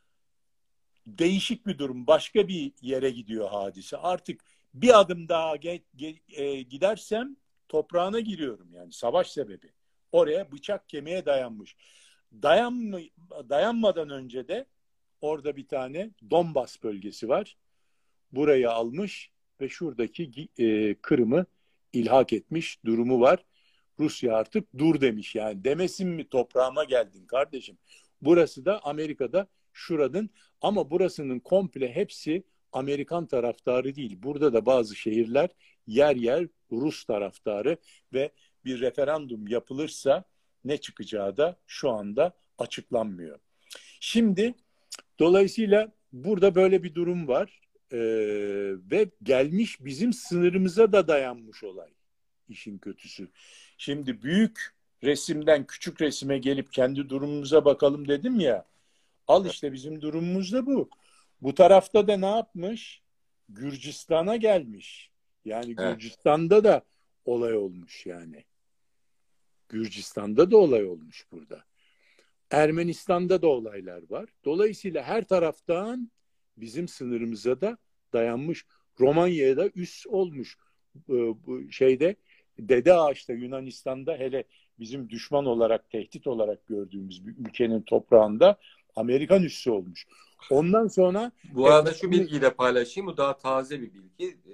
değişik bir durum. Başka bir yere gidiyor hadise. Artık bir adım daha ge- ge- e, gidersem toprağına giriyorum yani savaş sebebi. Oraya bıçak kemiğe dayanmış. Dayanma, dayanmadan önce de orada bir tane Donbas bölgesi var. Burayı almış ve şuradaki e, Kırım'ı ilhak etmiş durumu var. Rusya artık dur demiş yani demesin mi toprağıma geldin kardeşim. Burası da Amerika'da şuranın ama burasının komple hepsi Amerikan taraftarı değil. Burada da bazı şehirler yer yer Rus taraftarı ve bir referandum yapılırsa ne çıkacağı da şu anda açıklanmıyor. Şimdi dolayısıyla burada böyle bir durum var. Ee, ve gelmiş bizim sınırımıza da dayanmış olay. İşin kötüsü. Şimdi büyük resimden küçük resime gelip kendi durumumuza bakalım dedim ya. Al işte bizim durumumuz da bu. Bu tarafta da ne yapmış? Gürcistan'a gelmiş. Yani Evet. Gürcistan'da da olay olmuş yani. Gürcistan'da da olay olmuş burada. Ermenistan'da da olaylar var. Dolayısıyla her taraftan bizim sınırımıza da dayanmış. Romanya'ya da üs olmuş. Bu şeyde Dede Ağaç'ta Yunanistan'da hele bizim düşman olarak, tehdit olarak gördüğümüz bir ülkenin toprağında Amerikan üssü olmuş. Ondan sonra Bu arada şu bilgiyi de paylaşayım. Bu daha taze bir bilgi. Ee,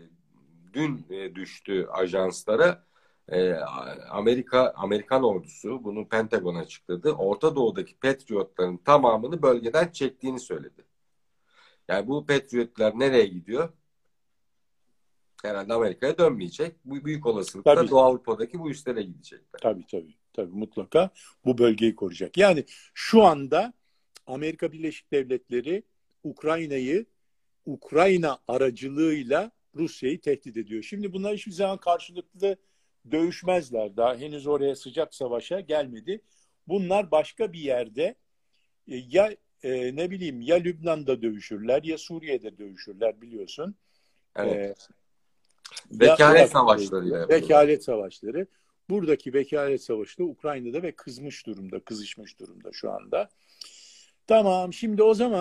dün e, düştü ajanslara. Ee, Amerika Amerikan ordusu bunu Pentagon açıkladı. Orta Doğu'daki Patriotların tamamını bölgeden çektiğini söyledi. Yani bu Patriotlar nereye gidiyor? Herhalde Amerika'ya dönmeyecek. Bu büyük olasılıkla tabii, Doğu Avrupa'daki bu üslere gidecekler. tabii tabii tabii mutlaka bu bölgeyi koruyacak. Yani şu anda Amerika Birleşik Devletleri Ukrayna'yı Ukrayna aracılığıyla Rusya'yı tehdit ediyor. Şimdi bunlar hiçbir zaman karşılıklı dövüşmezler. Daha henüz oraya sıcak savaşa gelmedi. Bunlar başka bir yerde e, ya e, ne bileyim ya Lübnan'da dövüşürler ya Suriye'de dövüşürler biliyorsun. Evet. E, ya Vekalet Irak'ta savaşlarıyla dövüşürler. yapılıyor. Vekalet savaşları. Buradaki vekalet savaşı da Ukrayna'da ve kızmış durumda, kızışmış durumda şu anda. Tamam, şimdi o zaman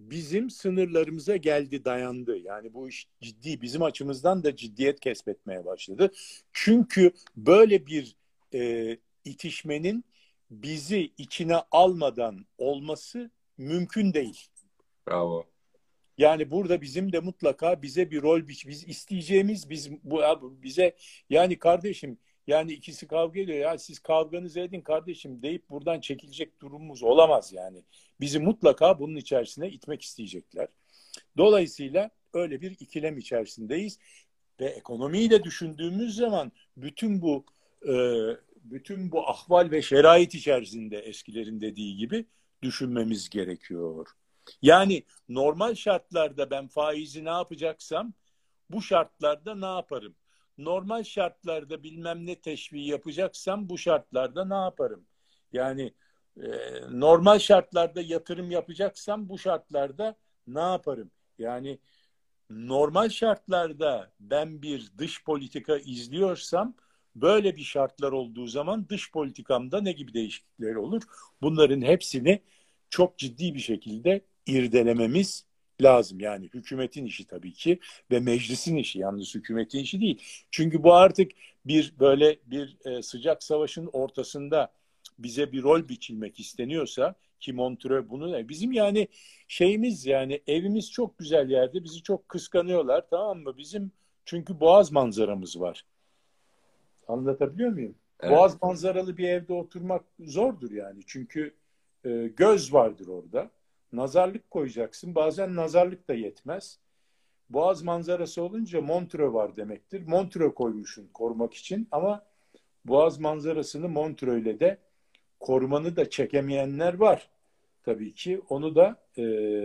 bizim sınırlarımıza geldi, dayandı. Yani bu iş ciddi, bizim açımızdan da ciddiyet kesbetmeye başladı. Çünkü böyle bir e, itişmenin bizi içine almadan olması mümkün değil. Bravo. Yani burada bizim de mutlaka bize bir rol biç, biz isteyeceğimiz, biz bu bize, yani kardeşim, yani ikisi kavga ediyor, ya siz kavganızı edin kardeşim deyip buradan çekilecek durumumuz olamaz yani. Bizi mutlaka bunun içerisine itmek isteyecekler. Dolayısıyla öyle bir ikilem içerisindeyiz ve ekonomiyi de düşündüğümüz zaman bütün bu e, bütün bu ahval ve şerait içerisinde eskilerin dediği gibi düşünmemiz gerekiyor. Yani normal şartlarda ben faizi ne yapacaksam bu şartlarda ne yaparım? Normal şartlarda bilmem ne teşviği yapacaksam bu şartlarda ne yaparım? Yani e, normal şartlarda yatırım yapacaksam bu şartlarda ne yaparım? Yani normal şartlarda ben bir dış politika izliyorsam böyle bir şartlar olduğu zaman dış politikamda ne gibi değişiklikler olur? Bunların hepsini çok ciddi bir şekilde irdelememiz lazım. Yani hükümetin işi tabii ki ve meclisin işi, yalnız hükümetin işi değil. Çünkü bu artık bir böyle bir e, sıcak savaşın ortasında bize bir rol biçilmek isteniyorsa, ki Montreux bunu, bizim yani şeyimiz, yani evimiz çok güzel yerde, bizi çok kıskanıyorlar, tamam mı? Bizim çünkü boğaz manzaramız var. Anlatabiliyor muyum? Evet. Boğaz manzaralı bir evde oturmak zordur yani. Çünkü e, göz vardır orada. Nazarlık koyacaksın. Bazen nazarlık da yetmez. Boğaz manzarası olunca Montreux var demektir. Montreux koymuşsun korumak için ama boğaz manzarasını Montreux'le de korumanı da çekemeyenler var. Tabii ki onu da e,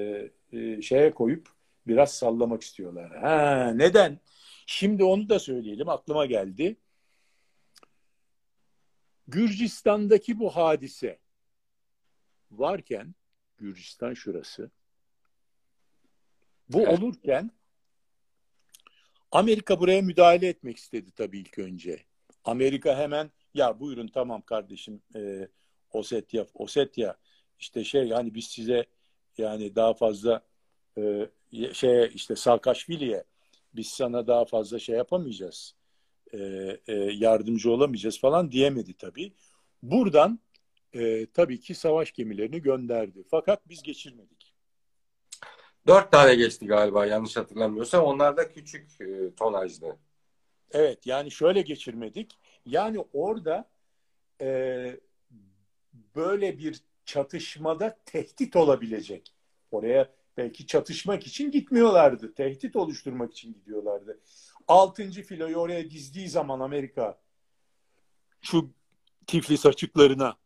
e, şeye koyup biraz sallamak istiyorlar. Ha, neden? Şimdi onu da söyleyelim. Aklıma geldi. Gürcistan'daki bu hadise varken, Gürcistan şurası, bu Evet. olurken Amerika buraya müdahale etmek istedi tabii ilk önce. Amerika hemen, ya buyurun tamam kardeşim, e, Osetya, Osetya işte şey, hani biz size yani daha fazla e, şeye, işte Saakashvili'ye biz sana daha fazla şey yapamayacağız, e, e, yardımcı olamayacağız falan diyemedi tabii. Buradan e, tabii ki savaş gemilerini gönderdi. Fakat biz geçirmedik. Dört tane geçti galiba yanlış hatırlamıyorsam. Onlar da küçük e, tonajlı. Evet, yani şöyle geçirmedik. Yani orada e, böyle bir çatışmada tehdit olabilecek. Oraya belki çatışmak için gitmiyorlardı. Tehdit oluşturmak için gidiyorlardı. Altıncı filoyu oraya dizdiği zaman Amerika, şu Tiflis açıklarına,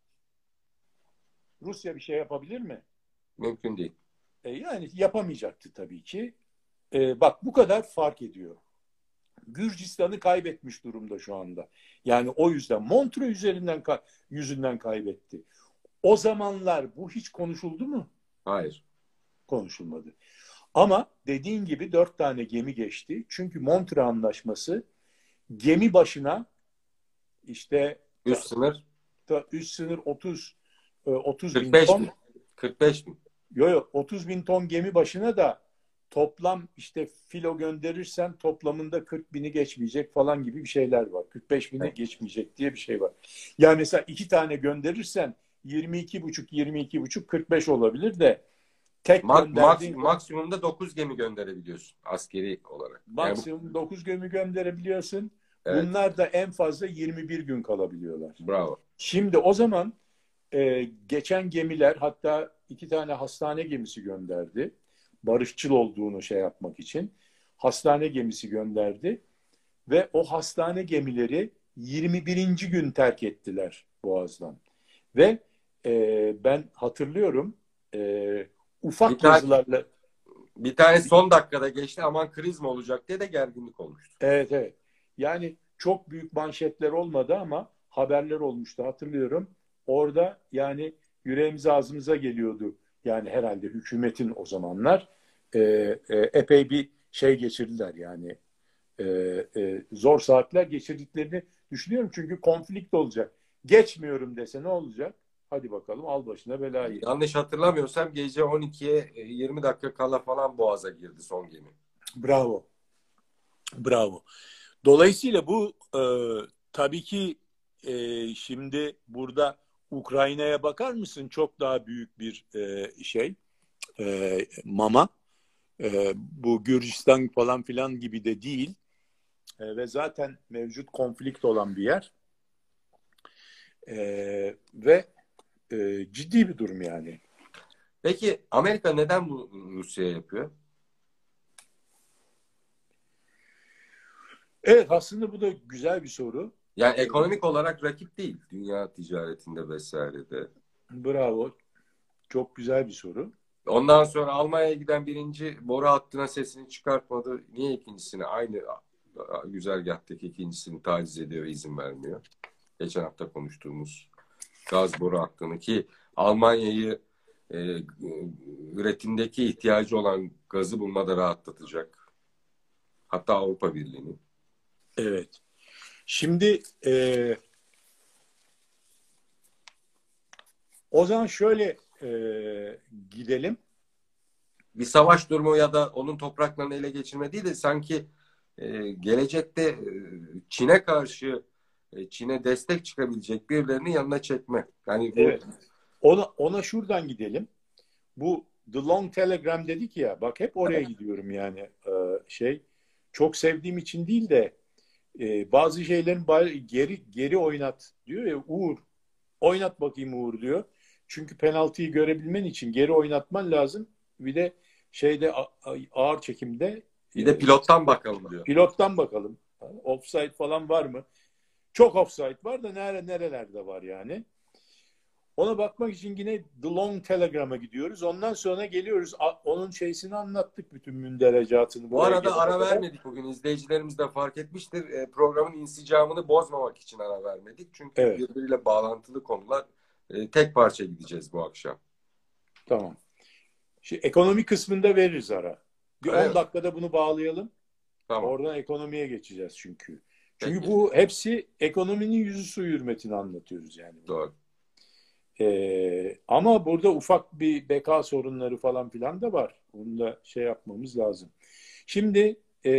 Rusya bir şey yapabilir mi? Mümkün değil. E, yani yapamayacaktı tabii ki. E, bak bu kadar fark ediyor. Gürcistan'ı kaybetmiş durumda şu anda. Yani o yüzden Montreux üzerinden yüzünden kaybetti. O zamanlar bu hiç konuşuldu mu? Hayır. Konuşulmadı. Ama dediğin gibi dört tane gemi geçti. Çünkü Montreux Anlaşması gemi başına işte Üst sınır üst sınır otuz otuz bin kırk beş ton. bin. kırk beş bin. Yok yok, otuz bin ton gemi başına da toplam işte filo gönderirsen toplamında kırk bini geçmeyecek falan gibi bir şeyler var. kırk beş bini Evet. geçmeyecek diye bir şey var. Yani mesela iki tane gönderirsen yirmi iki buçuk yirmi iki buçuk kırk beş olabilir de tek Mak maks gönderdiğin maksimumda dokuz gemi gönderebiliyorsun askeri olarak. Yani bu, maksimum dokuz gemi gönderebiliyorsun. evet. Bunlar da en fazla yirmi bir gün kalabiliyorlar. Bravo. Şimdi o zaman e, geçen gemiler, hatta iki tane hastane gemisi gönderdi. Barışçıl olduğunu şey yapmak için. Hastane gemisi gönderdi ve o hastane gemileri yirmi birinci gün terk ettiler Boğaz'dan. Ve e, ben hatırlıyorum, e, Bir ufak tane yazılarla, bir tane son dakikada geçti. Aman kriz mi olacak diye de gerginlik olmuştu. evet evet, yani çok büyük manşetler olmadı ama haberler olmuştu, hatırlıyorum. Orada yani yüreğimiz ağzımıza geliyordu. Yani herhalde hükümetin o zamanlar e, e, epey bir şey geçirdiler yani, e, e, zor saatler geçirdiklerini düşünüyorum. Çünkü konflikt olacak. Geçmiyorum dese ne olacak? Hadi bakalım al başına belayı. Yanlış hatırlamıyorsam gece on ikiye yirmi dakika kala falan Boğaz'a girdi son gemi. Bravo. Bravo. Dolayısıyla bu e, tabii ki e, şimdi burada Ukrayna'ya bakar mısın? Çok daha büyük bir e, şey e, mama. E, bu Gürcistan falan filan gibi de değil. E, ve zaten mevcut konflikt olan bir yer. E, ve e, ciddi bir durum yani. Peki Amerika neden bu Rusya'ya yapıyor? Evet, aslında bu da güzel bir soru. Yani ekonomik olarak rakip değil. Dünya ticaretinde vesairede. Bravo. Çok güzel bir soru. Ondan sonra Almanya'ya giden birinci boru hattına sesini çıkartmadı. Niye ikincisini aynı güzergahtaki ikincisini taciz ediyor ve izin vermiyor? Geçen hafta konuştuğumuz gaz boru hattını ki Almanya'yı e, üretimdeki ihtiyacı olan gazı bulmada rahatlatacak. Hatta Avrupa Birliği'ni. Evet. Şimdi e, o zaman şöyle e, gidelim. Bir savaş durumu ya da onun topraklarını ele geçirme değil de sanki e, gelecekte e, Çin'e karşı e, Çin'e destek çıkabilecek birilerinin yanına çekme. Yani bu Evet. Ona, ona şuradan gidelim. Bu The Long Telegram dedik ya. Bak hep oraya gidiyorum yani. E, şey çok sevdiğim için değil de e, bazı şeylerin bari geri geri oynat diyor ya Uğur. Oynat bakayım Uğur diyor. Çünkü penaltıyı görebilmen için geri oynatman lazım. Bir de şeyde ağır çekimde bir de pilottan bakalım diyor. pilottan bakalım. Offside falan var mı? Çok offside var da nere, nerelerde var yani. Ona bakmak için yine The Long Telegram'a gidiyoruz. Ondan sonra geliyoruz. Onun şeysini anlattık bütün münderecatını. Bu arada ara vermedik bugün. İzleyicilerimiz de fark etmiştir. E, programın insicamını bozmamak için ara vermedik. Çünkü evet. birbiriyle bağlantılı konular. E, tek parça gideceğiz bu akşam. Tamam. Şimdi ekonomi kısmında veririz ara. Bir evet. on dakikada bunu bağlayalım. Tamam. Oradan ekonomiye geçeceğiz çünkü. Çünkü Peki. bu hepsi ekonominin yüzü su hürmetini anlatıyoruz yani. Doğru. Ee, ama burada ufak bir beka sorunları falan filan da var. Bunu da şey yapmamız lazım. Şimdi e,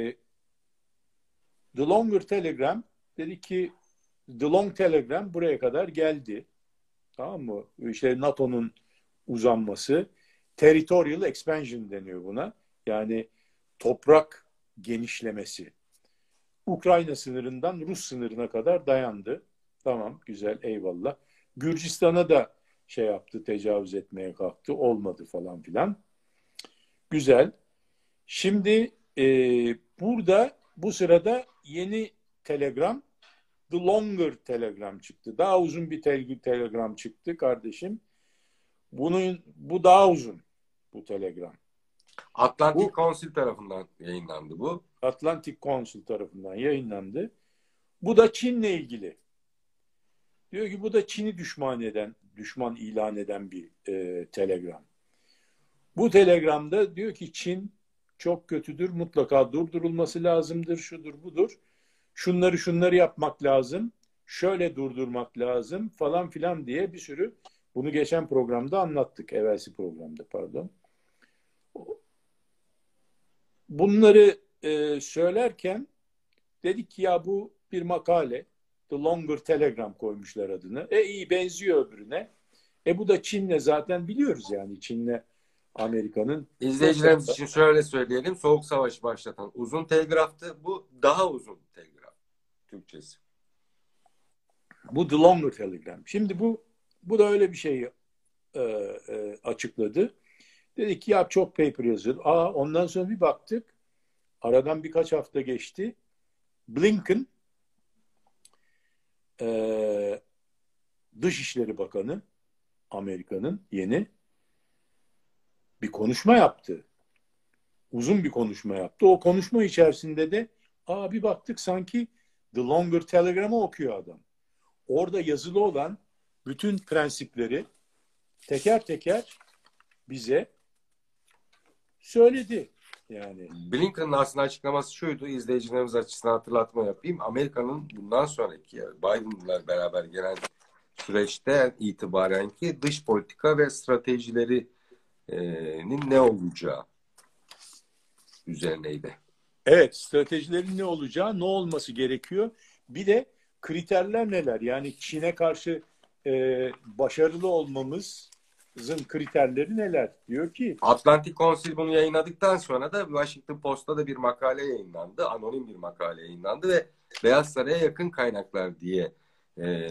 The Longer Telegram dedi ki The Long Telegram buraya kadar geldi. Tamam mı? İşte NATO'nun uzanması. Territorial expansion deniyor buna. Yani toprak genişlemesi. Ukrayna sınırından Rus sınırına kadar dayandı. Tamam, güzel, eyvallah. Gürcistan'a da şey yaptı, tecavüz etmeye kalktı. Olmadı falan filan. Güzel. Şimdi e, burada bu sırada yeni telegram, The Longer Telegram çıktı. Daha uzun bir tel- telegram çıktı kardeşim. Bunun bu daha uzun bu telegram. Atlantic Bu Council tarafından yayınlandı bu. Atlantic Council tarafından yayınlandı. Bu da Çin'le ilgili. Diyor ki bu da Çin'i düşman eden, düşman ilan eden bir e, telegram. Bu telegramda diyor ki Çin çok kötüdür, mutlaka durdurulması lazımdır, şudur budur. Şunları şunları yapmak lazım, şöyle durdurmak lazım falan filan diye bir sürü, bunu geçen programda anlattık, evvelsi programda pardon. Bunları e, söylerken dedik ki ya bu bir makale, The Longer Telegram koymuşlar adını. E iyi, benziyor öbürüne. E bu da Çin'le zaten biliyoruz yani, Çin'le Amerika'nın. İzleyicilerimiz için şöyle söyleyelim. Soğuk Savaşı başlatan uzun telgraftı. Bu daha uzun telgraf. Türkçesi. Bu The Longer Telegram. Şimdi bu bu da öyle bir şey e, e, açıkladı. Dedik ki ya çok paper yazıyor. Aa, ondan sonra bir baktık. Aradan birkaç hafta geçti. Blinken e, Dışişleri Bakanı Amerika'nın yeni bir konuşma yaptı. Uzun bir konuşma yaptı. O konuşma içerisinde de aa, bir baktık sanki The Longer Telegram'ı okuyor adam. Orada yazılı olan bütün prensipleri teker teker bize söyledi. Yani Blinken'ın aslında açıklaması şuydu. İzleyicilerimiz açısından hatırlatma yapayım. Amerika'nın bundan sonraki Biden'la beraber gelen süreçte itibaren ki dış politika ve stratejilerinin ne olacağı üzerineydi. Evet, stratejilerin ne olacağı, ne olması gerekiyor. Bir de kriterler neler? Yani Çin'e karşı e, başarılı olmamızın kriterleri neler? Diyor ki Atlantic Council bunu yayınladıktan sonra da Washington Post'ta da bir makale yayınlandı. Anonim bir makale yayınlandı ve Beyaz Saray'a yakın kaynaklar diye e,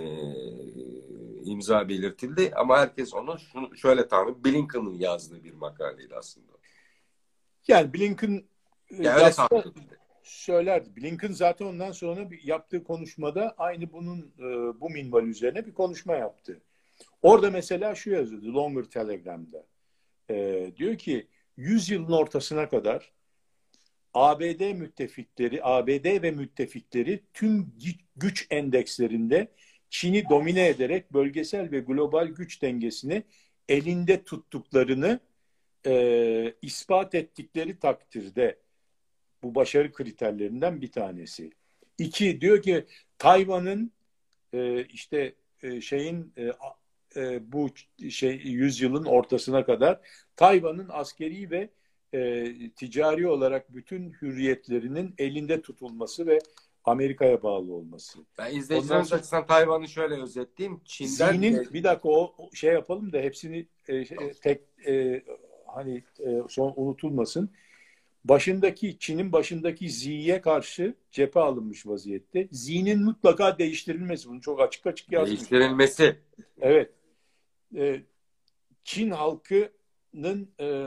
imza belirtildi. Ama herkes onu şunu, şöyle tahmin, Blinken'ın yazdığı bir makaleydi aslında. yani Blinken e, Ya öyle tahmin yazsa edildi. söylerdi. Blinken zaten ondan sonra bir yaptığı konuşmada aynı bunun e, bu minval üzerine bir konuşma yaptı. Orada mesela şu yazıyordu Longer Telegram'da. E, diyor ki yüz yılın ortasına kadar A B D müttefikleri, A B D ve müttefikleri tüm güç endekslerinde Çin'i domine ederek bölgesel ve global güç dengesini elinde tuttuklarını e, ispat ettikleri takdirde bu başarı kriterlerinden bir tanesi. İki, diyor ki Tayvan'ın e, işte e, şeyin e, e, bu şey yüzyılın ortasına kadar Tayvan'ın askeri ve e, ticari olarak bütün hürriyetlerinin elinde tutulması ve Amerika'ya bağlı olması. Ben Ondan izleyicilerimiz sonra açısından Tayvan'ı şöyle özetleyeyim. Çin'den zihnin de bir dakika o şey yapalım da hepsini e, tek e, hani e, son unutulmasın. Başındaki Çin'in başındaki Xi'ye karşı cephe alınmış vaziyette. Xi'nin mutlaka değiştirilmesi. Bunu çok açık açık yazmış. değiştirilmesi. Evet. E, Çin halkının e,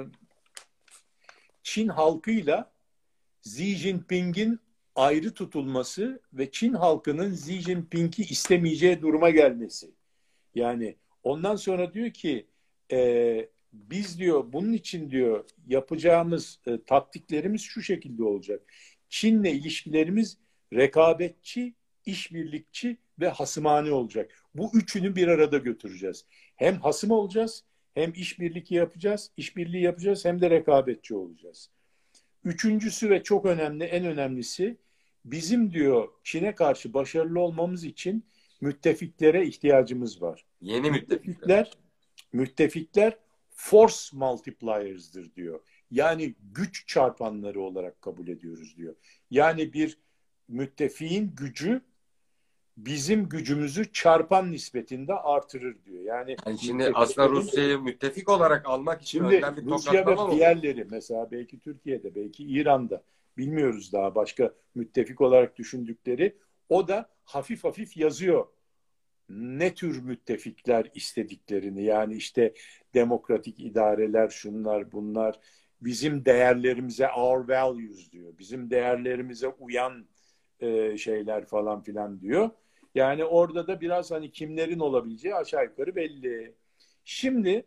Çin halkıyla Xi Jinping'in ayrı tutulması ve Çin halkının Xi Jinping'i istemeyeceği duruma gelmesi. Yani ondan sonra diyor ki e, biz diyor bunun için diyor yapacağımız e, taktiklerimiz şu şekilde olacak. Çin'le ilişkilerimiz rekabetçi, işbirlikçi ve hasımane olacak. Bu üçünü bir arada götüreceğiz. Hem hasım olacağız, hem işbirliği yapacağız, işbirliği yapacağız, hem de rekabetçi olacağız. Üçüncüsü ve çok önemli, en önemlisi bizim diyor Çin'e karşı başarılı olmamız için müttefiklere ihtiyacımız var. Yeni müttefikler. Müttefikler, müttefikler force multipliers'dır diyor. Yani güç çarpanları olarak kabul ediyoruz diyor. Yani bir müttefiğin gücü bizim gücümüzü çarpan nispetinde artırır diyor. Yani Yani şimdi aslında müttefiklerin Rusya'yı müttefik olarak almak için şimdi önden bir Rusya tokatlama ve mı bu? diğerleri mesela belki Türkiye'de, belki İran'da bilmiyoruz daha başka müttefik olarak düşündükleri o da hafif hafif yazıyor. Ne tür müttefikler istediklerini yani işte demokratik idareler şunlar bunlar bizim değerlerimize our values diyor. Bizim değerlerimize uyan e, şeyler falan filan diyor. Yani orada da biraz hani kimlerin olabileceği aşağı yukarı belli. Şimdi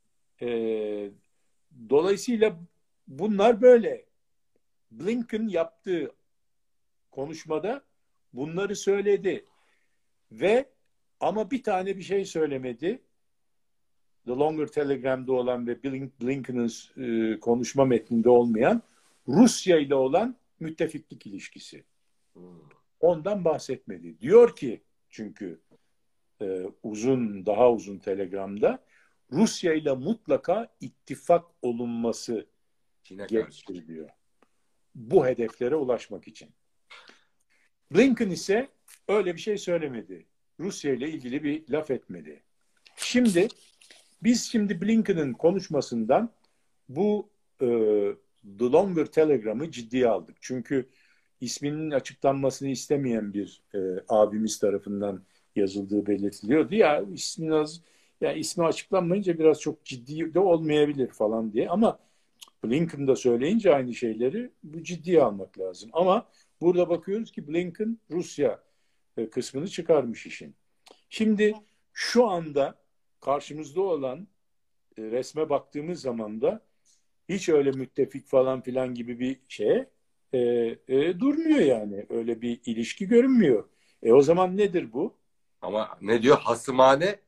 e, dolayısıyla bunlar böyle. Blinken yaptığı konuşmada bunları söyledi ve ama bir tane bir şey söylemedi. The Longer Telegram'da olan ve Blinken'ın e, konuşma metninde olmayan Rusya ile olan müttefiklik ilişkisi. Ondan bahsetmedi. Diyor ki çünkü e, uzun daha uzun telegramda Rusya ile mutlaka ittifak olunması Çin'e karşı. gerekir diyor. Bu hedeflere ulaşmak için. Blinken ise öyle bir şey söylemedi. Rusya ile ilgili bir laf etmedi. Şimdi biz şimdi Blinken'ın konuşmasından bu e, The Longer Telegram'ı ciddiye aldık. Çünkü isminin açıklanmasını istemeyen bir e, abimiz tarafından yazıldığı belirtiliyordu. Ya ismi az, ya ismi açıklanmayınca biraz çok ciddi de olmayabilir falan diye. Ama Blinken da söyleyince aynı şeyleri bu ciddiye almak lazım. Ama burada bakıyoruz ki Blinken Rusya e, kısmını çıkarmış işin. Şimdi şu anda karşımızda olan e, resme baktığımız zaman da hiç öyle müttefik falan filan gibi bir şey e, e, durmuyor yani. Öyle bir ilişki görünmüyor. E o zaman nedir bu? Ama ne diyor? Hasımane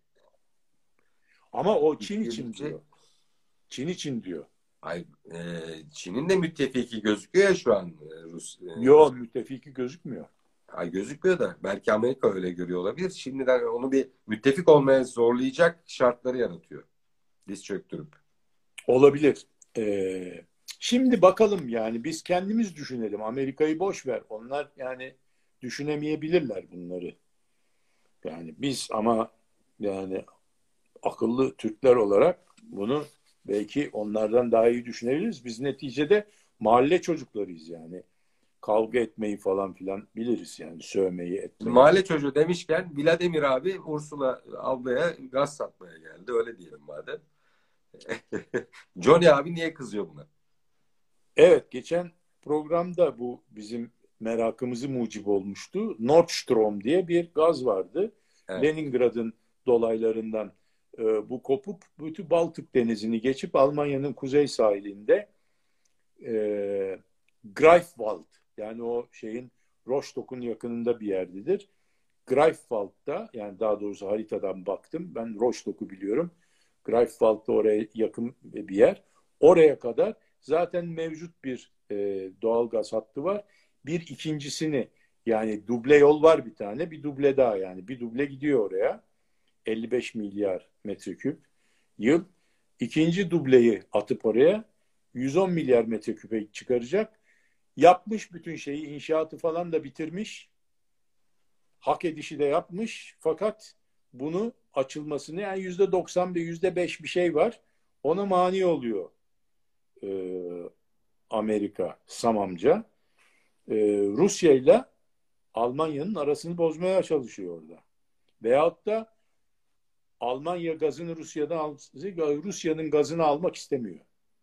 Ama o Çin için işbirlikçi. diyor. Çin için diyor. Ay, e, Çin'in de müttefiki gözüküyor ya şu an. E, Rus, e, Yok müttefiki gözükmüyor. Ay gözükmüyor da belki Amerika öyle görüyor olabilir. Şimdiden onu bir müttefik olmaya zorlayacak şartları yaratıyor. Diz çöktürüp. Olabilir. Ee, Şimdi bakalım, yani biz kendimiz düşünelim. Amerika'yı boş ver. Onlar yani düşünemeyebilirler bunları. Yani biz ama yani akıllı Türkler olarak bunu belki onlardan daha iyi düşünebiliriz. Biz neticede mahalle çocuklarıyız yani. Kavga etmeyi falan filan biliriz yani, sövmeyi, etmeyi. Mahalle çocuğu demişken Vladimir abi Ursula ablaya gaz satmaya geldi. Öyle diyelim madem. Johnny abi niye kızıyor buna? Evet, geçen programda bu bizim merakımızı mucip olmuştu. Nordstrom diye bir gaz vardı. Evet. Leningrad'ın dolaylarından e, bu kopup bütün Baltık Denizi'ni geçip Almanya'nın kuzey sahilinde e, Greifswald, yani o şeyin Rostock'un yakınında bir yerdedir. Greifswald'da, yani daha doğrusu haritadan baktım. Ben Rostock'u biliyorum. Greifswald'da oraya yakın bir yer. Oraya kadar zaten mevcut bir e, doğalgaz hattı var. Bir ikincisini, yani duble yol var bir tane. Bir duble daha, yani bir duble gidiyor oraya. elli beş milyar metreküp yıl. İkinci dubleyi atıp oraya yüz on milyar metreküpe çıkaracak. Yapmış bütün şeyi, inşaatı falan da bitirmiş. Hak edişi de yapmış. Fakat bunu açılmasını, yani yüzde doksan bir, yüzde beş bir şey var. Ona mani oluyor e, Amerika, Sam amca. E, Rusya ile Almanya'nın arasını bozmaya çalışıyor orada. Veyahut da Almanya gazını Rusya'dan al, Rusya'nın gazını almak istemiyor.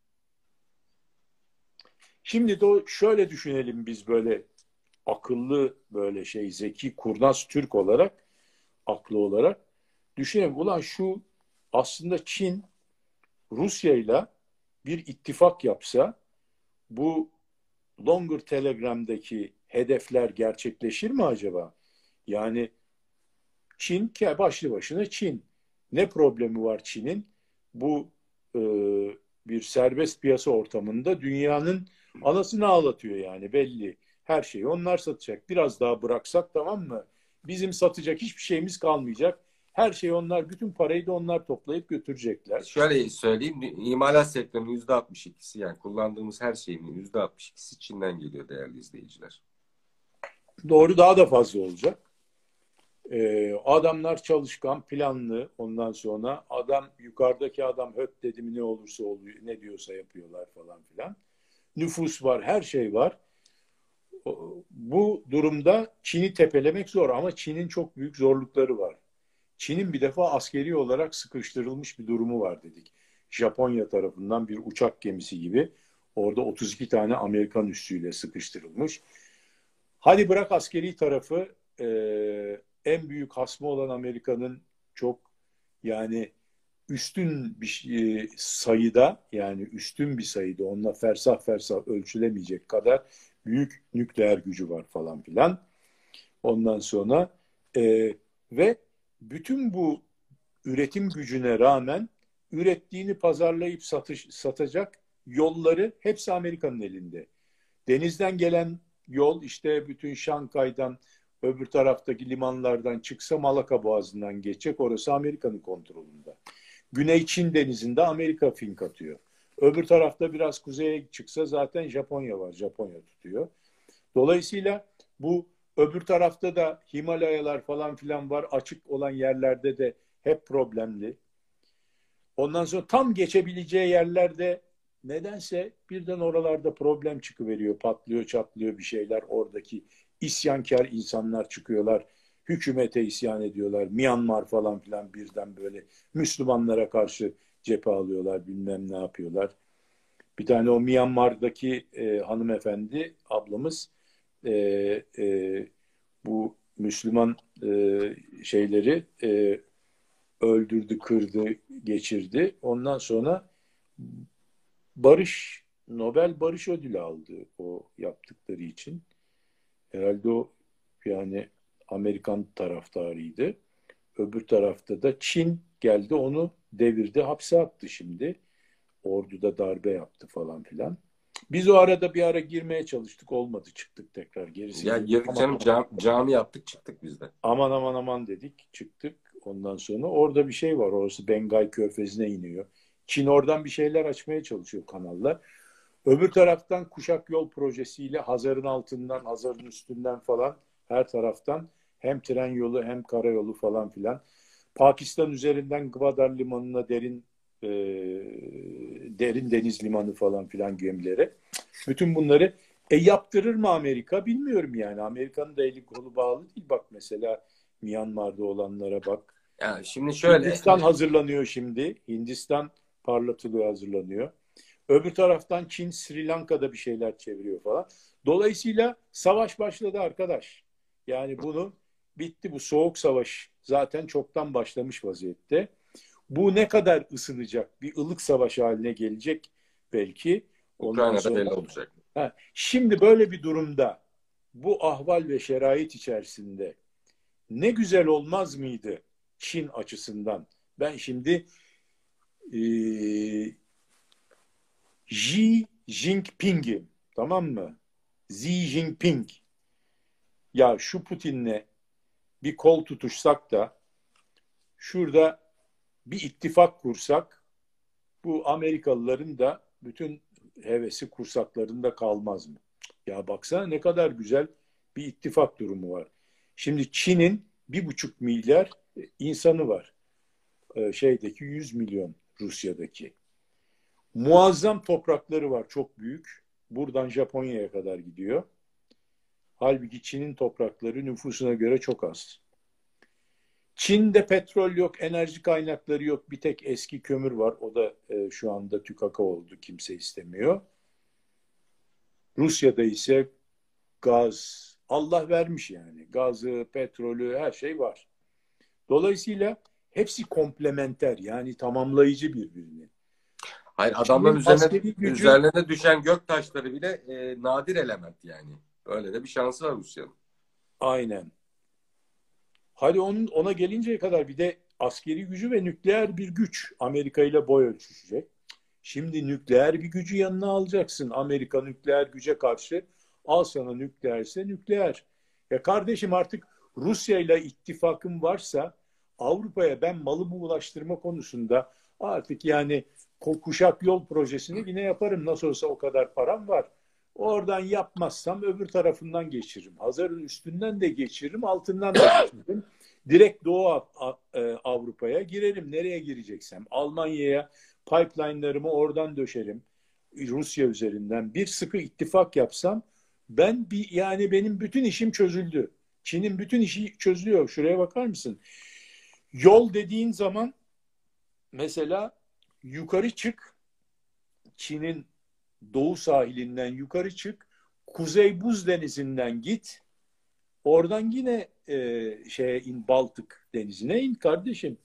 Şimdi de şöyle düşünelim biz, böyle akıllı, böyle şey, zeki, kurnaz Türk olarak, aklı olarak düşünelim. Ulan şu, aslında Çin Rusya'yla bir ittifak yapsa bu Longer Telegram'daki hedefler gerçekleşir mi acaba? Yani Çin ki başlı başına Çin. Ne problemi var Çin'in? Bu e, bir serbest piyasa ortamında dünyanın anasını ağlatıyor yani, belli. Her şeyi onlar satacak. Biraz daha bıraksak, tamam mı? Bizim satacak hiçbir şeyimiz kalmayacak. Her şeyi onlar, bütün parayı da onlar toplayıp götürecekler. Şöyle söyleyeyim, imalat sektörünün yüzde altmış ikisi yani kullandığımız her şeyin yüzde altmış ikisi Çin'den geliyor değerli izleyiciler. Doğru, daha da fazla olacak. Ee, adamlar çalışkan, planlı. Ondan sonra adam, yukarıdaki adam höt dedi mi ne olursa oluyor, ne diyorsa yapıyorlar falan filan. Nüfus var, her şey var. Bu durumda Çin'i tepelemek zor, ama Çin'in çok büyük zorlukları var. Çin'in bir defa askeri olarak sıkıştırılmış bir durumu var dedik. Japonya tarafından bir uçak gemisi gibi orada otuz iki tane Amerikan üssüyle sıkıştırılmış. Hadi bırak askeri tarafı, e, en büyük hasmı olan Amerika'nın çok, yani üstün bir e, sayıda, yani üstün bir sayıda, onunla fersah fersah ölçülemeyecek kadar büyük nükleer gücü var falan filan. Ondan sonra e, ve bütün bu üretim gücüne rağmen ürettiğini pazarlayıp satış, satacak yolları hepsi Amerika'nın elinde. Denizden gelen yol işte bütün Şangkay'dan, öbür taraftaki limanlardan çıksa Malaka Boğazı'ndan geçecek. Orası Amerika'nın kontrolünde. Güney Çin Denizi'nde Amerika fink atıyor. Öbür tarafta biraz kuzeye çıksa zaten Japonya var. Japonya tutuyor. Dolayısıyla bu öbür tarafta da Himalayalar falan filan var. Açık olan yerlerde de hep problemli. Ondan sonra tam geçebileceği yerlerde nedense birden oralarda problem çıkıveriyor. Patlıyor, çatlıyor bir şeyler. Oradaki isyankar insanlar çıkıyorlar. Hükümete isyan ediyorlar. Myanmar falan filan birden böyle Müslümanlara karşı cephe alıyorlar. Bilmem ne yapıyorlar. Bir tane o Myanmar'daki e, hanımefendi ablamız, e, e, bu Müslüman e, şeyleri e, öldürdü, kırdı, geçirdi. Ondan sonra Barış, Nobel Barış Ödülü aldı o yaptıkları için. Herhalde o, yani Amerikan taraftarıydı. Öbür tarafta da Çin geldi, onu devirdi, hapse attı şimdi. Orduda darbe yaptı falan filan. Biz o arada bir ara girmeye çalıştık. Olmadı. Çıktık tekrar. Ya Gerisini girdik aman canım, cam, cami yaptık çıktık biz de. aman aman aman dedik. Çıktık. Ondan sonra orada bir şey var. Orası Bengay Körfezi'ne iniyor. Çin oradan bir şeyler açmaya çalışıyor kanallar. Öbür taraftan Kuşak Yol projesiyle Hazar'ın altından, Hazar'ın üstünden falan her taraftan hem tren yolu hem karayolu falan filan. Pakistan üzerinden Gwadar Limanı'na derin e, derin deniz limanı falan filan gemileri. Bütün bunları e yaptırır mı Amerika bilmiyorum yani. Amerika'nın da eli kolu bağlı değil. Bak mesela Myanmar'da olanlara bak. Ya şimdi şöyle, Hindistan hazırlanıyor şimdi. Hindistan parlatılıyor, hazırlanıyor. Öbür taraftan Çin, Sri Lanka'da bir şeyler çeviriyor falan. Dolayısıyla savaş başladı arkadaş. Yani bunu bitti, bu soğuk savaş zaten çoktan başlamış vaziyette. Bu ne kadar ısınacak? Bir ılık savaş haline gelecek belki. Ondan Ukrayna'da belli sonra olacak. ha, şimdi böyle bir durumda bu ahval ve şerait içerisinde ne güzel olmaz mıydı Çin açısından? Ben şimdi e, Xi Jinping'im, tamam mı? Xi Jinping. Ya şu Putin'le bir kol tutuşsak da şurada bir ittifak kursak, bu Amerikalıların da bütün hevesi kursaklarında kalmaz mı? Ya baksana ne kadar güzel bir ittifak durumu var. Şimdi Çin'in bir buçuk milyar insanı var. Ee, şeydeki yüz milyon Rusya'daki. Muazzam toprakları var, çok büyük. Buradan Japonya'ya kadar gidiyor. Halbuki Çin'in toprakları nüfusuna göre çok az. Çin'de petrol yok, enerji kaynakları yok. Bir tek eski kömür var. O da e, şu anda tükaka oldu. Kimse istemiyor. Rusya'da ise gaz, Allah vermiş yani. Gazı, petrolü, her şey var. Dolayısıyla hepsi komplementer, yani tamamlayıcı birbirini. Hayır, adamların Çin'in üzerine askeri gücü üzerlerine düşen gök taşları bile e, nadir element yani. Öyle de bir şansı var Rusya'nın. aynen. Hadi onun, ona gelinceye kadar bir de askeri gücü ve nükleer bir güç Amerika ile boy ölçüşecek. Şimdi nükleer bir gücü yanına alacaksın. Amerika nükleer güce karşı, al sana nükleerse nükleer. Ya kardeşim, artık Rusya ile ittifakım varsa Avrupa'ya ben malımı ulaştırma konusunda artık yani kuşak yol projesini yine yaparım. Nasıl olsa o kadar param var. Oradan yapmazsam öbür tarafından geçiririm. Hazar'ın üstünden de geçiririm, altından da geçiririm. Direkt Doğu e, Avrupa'ya girerim. Nereye gireceksem. Almanya'ya pipeline'larımı oradan döşerim. Rusya üzerinden bir sıkı ittifak yapsam ben bir, yani benim bütün işim çözüldü. Çin'in bütün işi çözülüyor. Şuraya bakar mısın? Yol dediğin zaman mesela yukarı çık, Çin'in doğu sahilinden yukarı çık, Kuzey Buz Denizi'nden git, oradan yine e, şeye in, Baltık Denizi'ne in kardeşim.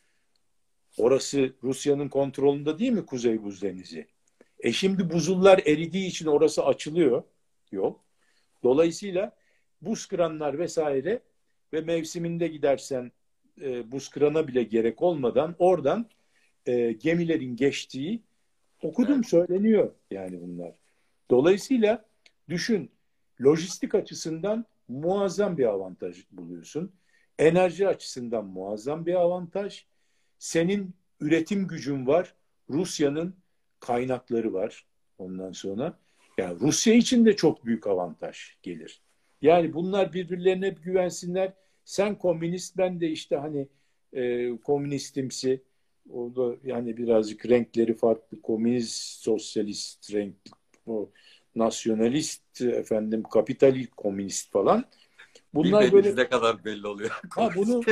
Orası Rusya'nın kontrolünde değil mi, Kuzey Buz Denizi? E şimdi buzullar eridiği için orası açılıyor yol. Dolayısıyla buz kıranlar vesaire ve mevsiminde gidersen e, buz kırana bile gerek olmadan oradan e, gemilerin geçtiği okudum, Evet. söyleniyor yani bunlar. Dolayısıyla düşün, lojistik açısından muazzam bir avantaj buluyorsun. Enerji açısından muazzam bir avantaj. Senin üretim gücün var. Rusya'nın kaynakları var ondan sonra. Yani Rusya için de çok büyük avantaj gelir. Yani bunlar birbirlerine güvensinler. Sen komünist, ben de işte hani e, komünistimsi. O da yani birazcık renkleri farklı. Komünist, sosyalist renk, o nasyonalist, efendim kapitalist komünist falan. Bunlar Bilmediğiniz böyle, ne kadar belli oluyor. ha bunu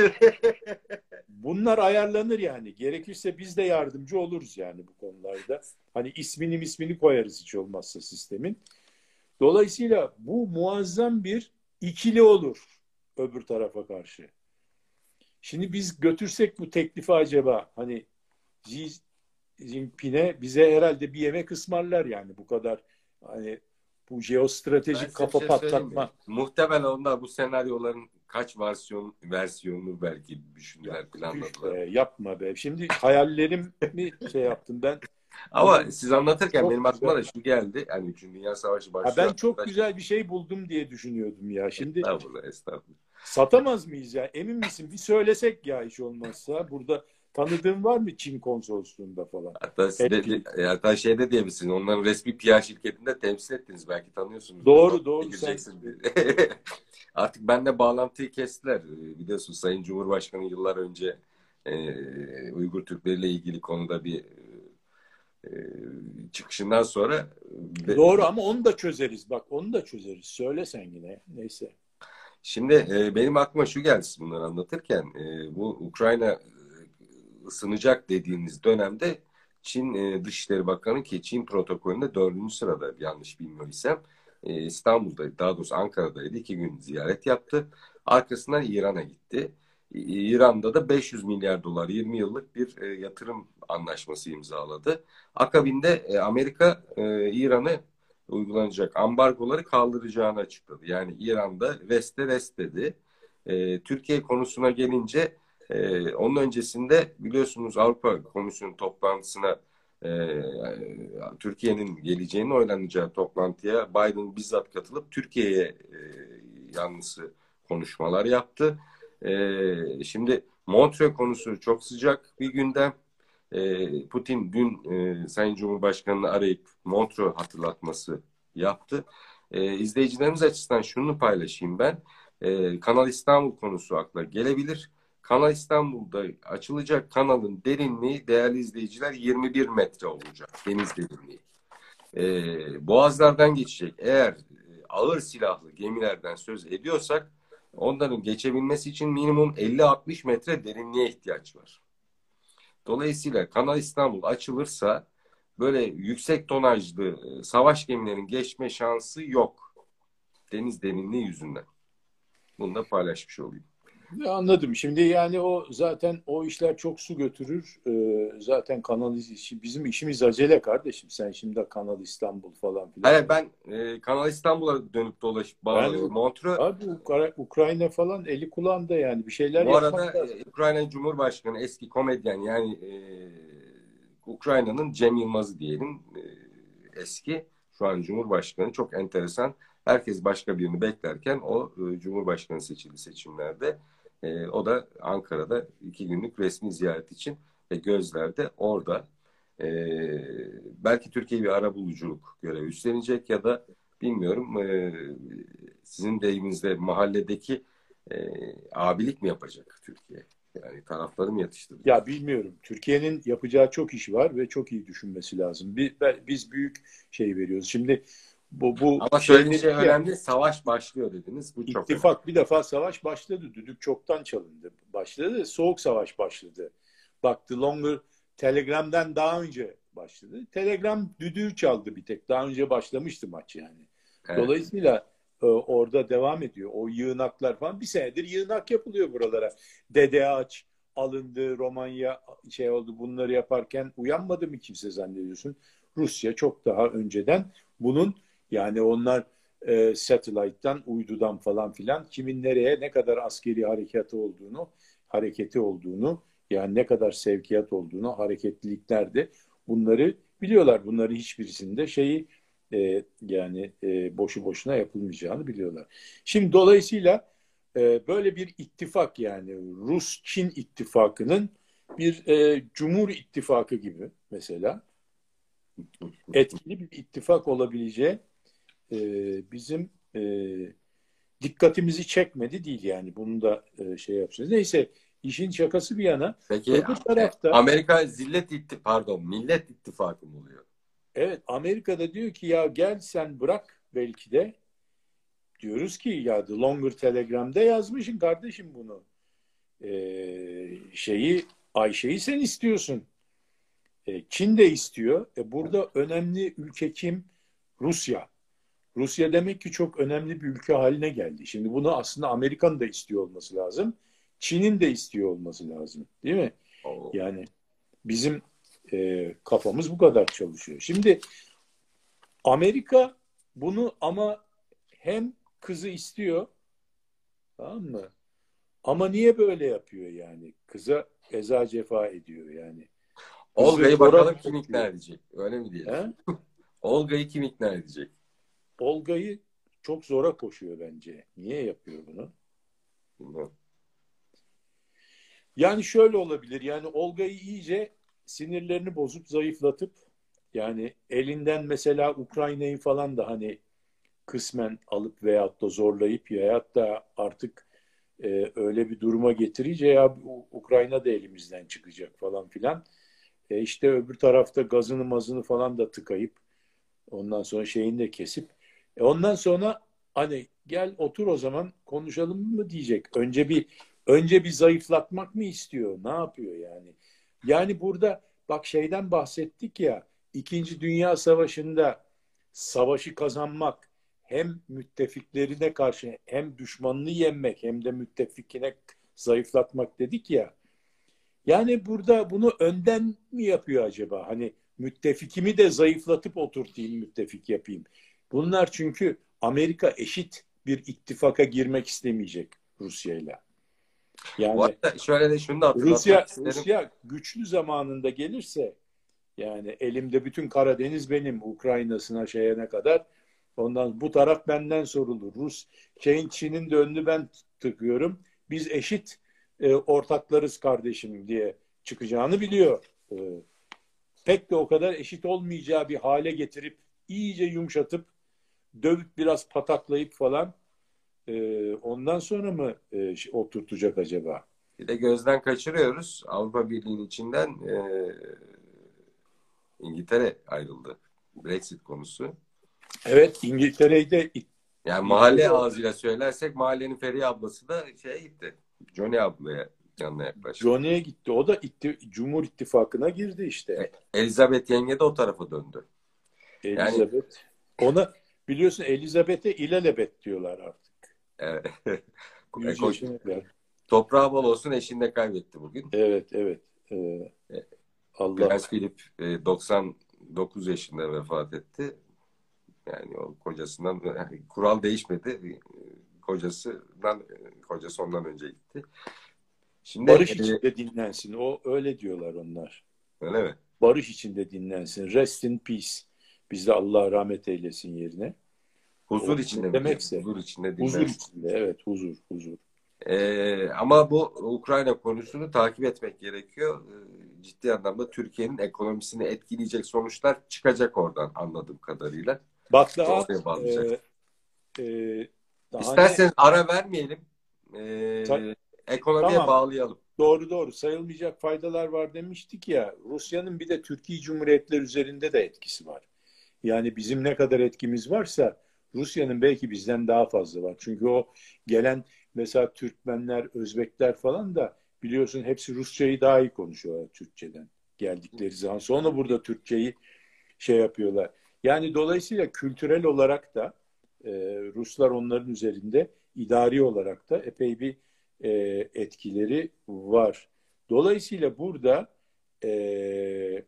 bunlar ayarlanır yani. Gerekirse biz de yardımcı oluruz yani bu konularda. Hani ismini ismini koyarız hiç olmazsa sistemin. Dolayısıyla bu muazzam bir ikili olur öbür tarafa karşı. Şimdi biz götürsek bu teklifi acaba, hani Xi Jinping'e, bize herhalde bir yemek ısmarlar yani, bu kadar hani bu Ben jeostratejik size bir kafa şey söyleyeyim mi? patlatma. Muhtemelen onlar bu senaryoların kaç versiyon versiyonunu belki Ya düşündüler, üf be, planladılar. yapma be. Şimdi hayallerim mi şey yaptım ben. Ama siz anlatırken benim Çok aklıma güzel. da şu geldi. Hani Üçüncü Dünya Savaşı Ha, başlıyor. ben çok Arkadaş, güzel bir şey buldum diye düşünüyordum ya. Şimdi estağfurullah, estağfurullah. satamaz mıyız ya? Emin misin? Bir söylesek ya hiç olmazsa. Burada tanıdığın var mı Çin konsolosluğunda falan? Hatta, siz de, Etkili. de- hatta şeyde diyebilirsiniz. Onların resmi P R şirketinde temsil ettiniz. Belki tanıyorsunuzdur. Doğru Oraya doğru sen. gireceksin diye. Artık benimle bağlantıyı kestiler. Ee, Biliyorsun Sayın Cumhurbaşkanı yıllar önce e, Uygur Türkleri ile ilgili konuda bir e, çıkışından sonra e, Doğru ama onu da çözeriz. Bak onu da çözeriz. Söyle sen yine. Neyse. şimdi e, benim aklıma şu geldi siz bunları anlatırken e, bu Ukrayna e, ısınacak dediğiniz dönemde Çin e, Dışişleri Bakanı ki Çin protokolünde dördüncü sırada yanlış bilmiyorsam e, İstanbul'da daha doğrusu Ankara'daydı. iki gün ziyaret yaptı. Arkasından İran'a gitti. İ- İran'da da beş yüz milyar dolar yirmi yıllık bir e, yatırım anlaşması imzaladı. Akabinde e, Amerika e, İran'ı uygulanacak ambargoları kaldıracağını açıkladı. Yani İran'da reste rest dedi. E, Türkiye konusuna gelince e, onun öncesinde biliyorsunuz Avrupa Komisyonu toplantısına e, Türkiye'nin geleceğini oylanacağı toplantıya Biden bizzat katılıp Türkiye'ye e, yanlısı konuşmalar yaptı. E, şimdi Montreux konusu çok sıcak bir gündem. E, Putin dün e, Sayın Cumhurbaşkanı'nı arayıp Montreux hatırlatması yaptı. E, izleyicilerimiz açısından şunu paylaşayım ben. E, Kanal İstanbul konusu akla gelebilir. Kanal İstanbul'da açılacak kanalın derinliği değerli izleyiciler yirmi bir metre olacak. Deniz derinliği. E, Boğazlardan geçecek. Eğer e, ağır silahlı gemilerden söz ediyorsak onların geçebilmesi için minimum elli altmış metre derinliğe ihtiyaç var. Dolayısıyla Kanal İstanbul açılırsa böyle yüksek tonajlı e, savaş gemilerinin geçme şansı yok. Deniz derinliği yüzünden. Bunu da paylaşmış olayım. Anladım. Şimdi yani o zaten o işler çok su götürür. Ee, zaten Kanal işi bizim işimiz acele kardeşim. Sen şimdi Kanal İstanbul falan filan. Hayır ben e, Kanal İstanbul'a dönüp dolaşıp Yani ba- Montreux abi Ukra- Ukrayna falan eli kulağında yani bir şeyler bu arada yapmak lazım. e, Ukrayna Cumhurbaşkanı eski komedyen yani e, Ukrayna'nın Cem Yılmaz'ı diyelim e, eski şu an Cumhurbaşkanı çok enteresan. Herkes başka birini beklerken o e, Cumhurbaşkanı seçildi seçimlerde. E, o da Ankara'da iki günlük resmi ziyaret için ve gözler de orada. E, Belki Türkiye bir arabuluculuk görevi üstlenecek ya da bilmiyorum e, sizin deyiminizde mahalledeki e, abilik mi yapacak Türkiye? Yani tarafları mı yatıştıracak? Ya bilmiyorum. Türkiye'nin yapacağı çok iş var ve çok iyi düşünmesi lazım. Biz, biz büyük şey veriyoruz. Şimdi bu, bu Ama şey söylediğiniz şey dedik ya önemli. Savaş başlıyor dediniz. Bu çok önemli. ittifak bir defa savaş başladı. Düdük çoktan çalındı. Başladı. Soğuk savaş başladı. Bak The Longer Telegram'dan daha önce başladı. Telegram düdüğü çaldı bir tek. Daha önce başlamıştı maç yani. Evet. Dolayısıyla e, orada devam ediyor. O yığınaklar falan bir senedir yığınak yapılıyor buralara. Dede Ağaç alındı, Romanya şey oldu. Bunları yaparken uyanmadı mı kimse zannediyorsun? Rusya çok daha önceden bunun yani onlar e, satellite'tan, uydudan falan filan kimin nereye ne kadar askeri harekatı olduğunu, hareketi olduğunu, yani ne kadar sevkiyat olduğunu, hareketliliklerde bunları biliyorlar. Bunların hiçbirisinde şeyi e, yani e, boşu boşuna yapılmayacağını biliyorlar. Şimdi dolayısıyla e, böyle bir ittifak yani Rus-Çin ittifakının bir e, Cumhur İttifakı gibi mesela etkili bir ittifak olabileceği e, bizim e, dikkatimizi çekmedi değil yani bunu da e, şey yapacağız. Neyse işin şakası bir yana Peki öbür e, tarafta Amerika Zillet İttifakı pardon Millet İttifakı mı oluyor? evet Amerika'da diyor ki ya gel sen bırak belki de diyoruz ki ya The Longer Telegram'da yazmışsın kardeşim bunu. Ee, şeyi Ayşe'yi sen istiyorsun. Ee, Çin de istiyor. E, burada önemli ülke kim? Rusya. Rusya demek ki çok önemli bir ülke haline geldi. Şimdi bunu aslında Amerika'nın da istiyor olması lazım. Çin'in de istiyor olması lazım. Değil mi? Oo. Yani bizim e, kafamız bu kadar çalışıyor. Şimdi Amerika bunu ama hem kızı istiyor, tamam mı? Ama niye böyle yapıyor yani? Kıza eza cefa ediyor yani. Kızı Olga'yı zora bakalım kim ikna sokuyor. edecek. Öyle mi diyelim? He? Olga'yı kim ikna edecek? Olga'yı çok zora koşuyor bence. Niye yapıyor bunu? Bilmiyorum. Yani şöyle olabilir. Yani Olga'yı iyice sinirlerini bozup zayıflatıp yani elinden mesela Ukrayna'yı falan da hani kısmen alıp veyahut da zorlayıp veyahut da artık e, öyle bir duruma getirince ya Ukrayna da elimizden çıkacak falan filan. E işte öbür tarafta gazını mazını falan da tıkayıp ondan sonra şeyini de kesip e ondan sonra hani gel otur o zaman konuşalım mı diyecek. Önce bir önce bir zayıflatmak mı istiyor? Ne yapıyor yani? Yani burada bak şeyden bahsettik ya İkinci Dünya Savaşı'nda savaşı kazanmak hem müttefiklerine karşı hem düşmanını yenmek hem de müttefikine zayıflatmak dedik ya. Yani burada bunu önden mi yapıyor acaba? Hani müttefikimi de zayıflatıp oturtayım, müttefik yapayım. Bunlar çünkü Amerika eşit bir ittifaka girmek istemeyecek Rusya'yla. Bu Yani arada şöyle de şunu da hatırlatmak Rusya isterim. Rusya güçlü zamanında gelirse yani elimde bütün Karadeniz benim Ukrayna'sına şeyine kadar ondan bu taraf benden sorulur. Rus şeyin Çin'in de önünü ben tıkıyorum. Biz eşit e, ortaklarız kardeşim diye çıkacağını biliyor. E, pek de o kadar eşit olmayacağı bir hale getirip iyice yumuşatıp dövüp biraz pataklayıp falan e, ondan sonra mı e, oturtacak acaba? Bir de gözden kaçırıyoruz. Avrupa Birliği'nin içinden e, İngiltere ayrıldı. Brexit konusu. Evet İngiltere'yi de Yani mahalle İT'de ağzıyla söylersek mahallenin Feriye ablası da şeye gitti. Johnny ablaya yanına yaklaştı. Johnny'ye gitti. O da itti, Cumhur İttifakı'na girdi E, işte. Elizabeth yenge de o tarafa döndü. Yani Elizabeth. Ona biliyorsun Elizabeth'e ilelebet diyorlar artık. e, e, Yüz ko- yaşına geldi. toprağı bol olsun, eşini de kaybetti bugün. Evet, evet. Ee, E, Allah. Prens Philip e, doksan dokuz yaşında vefat etti. Yani o kocasından yani kural değişmedi. E, Kocasından e, kocası ondan önce gitti. Şimdi Barış e, içinde dinlensin. O öyle diyorlar onlar. öyle mi? Barış içinde dinlensin. Rest in peace. Biz de Allah rahmet eylesin yerine. Huzur O ne içinde mi diyelim? demekse. Huzur içinde Huzur dinlensin. içinde. Evet, huzur, huzur. Ee, ama bu Ukrayna konusunu takip etmek gerekiyor. Ee, ciddi anlamda Türkiye'nin ekonomisini etkileyecek sonuçlar çıkacak oradan anladığım kadarıyla. Bak daha Oraya bağlayacak. e, e, daha ne? İsterseniz ara vermeyelim. Ta- Ee, ekonomiye tamam. bağlayalım. Doğru doğru sayılmayacak faydalar var demiştik ya. Rusya'nın bir de Türkiye Cumhuriyetleri üzerinde de etkisi var. Yani bizim ne kadar etkimiz varsa Rusya'nın belki bizden daha fazla var. Çünkü o gelen mesela Türkmenler, Özbekler falan da biliyorsun hepsi Rusçayı daha iyi konuşuyorlar Türkçeden geldikleri zaman. Sonra burada Türkçeyi şey yapıyorlar. Yani dolayısıyla kültürel olarak da e, Ruslar onların üzerinde idari olarak da epey bir e, etkileri var. Dolayısıyla burada e,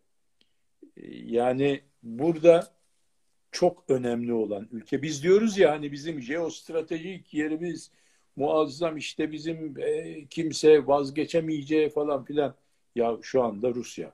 yani burada çok önemli olan ülke. Biz diyoruz ya hani bizim jeostratejik yerimiz muazzam işte bizim e, kimse vazgeçemeyeceği falan filan. Ya şu anda Rusya.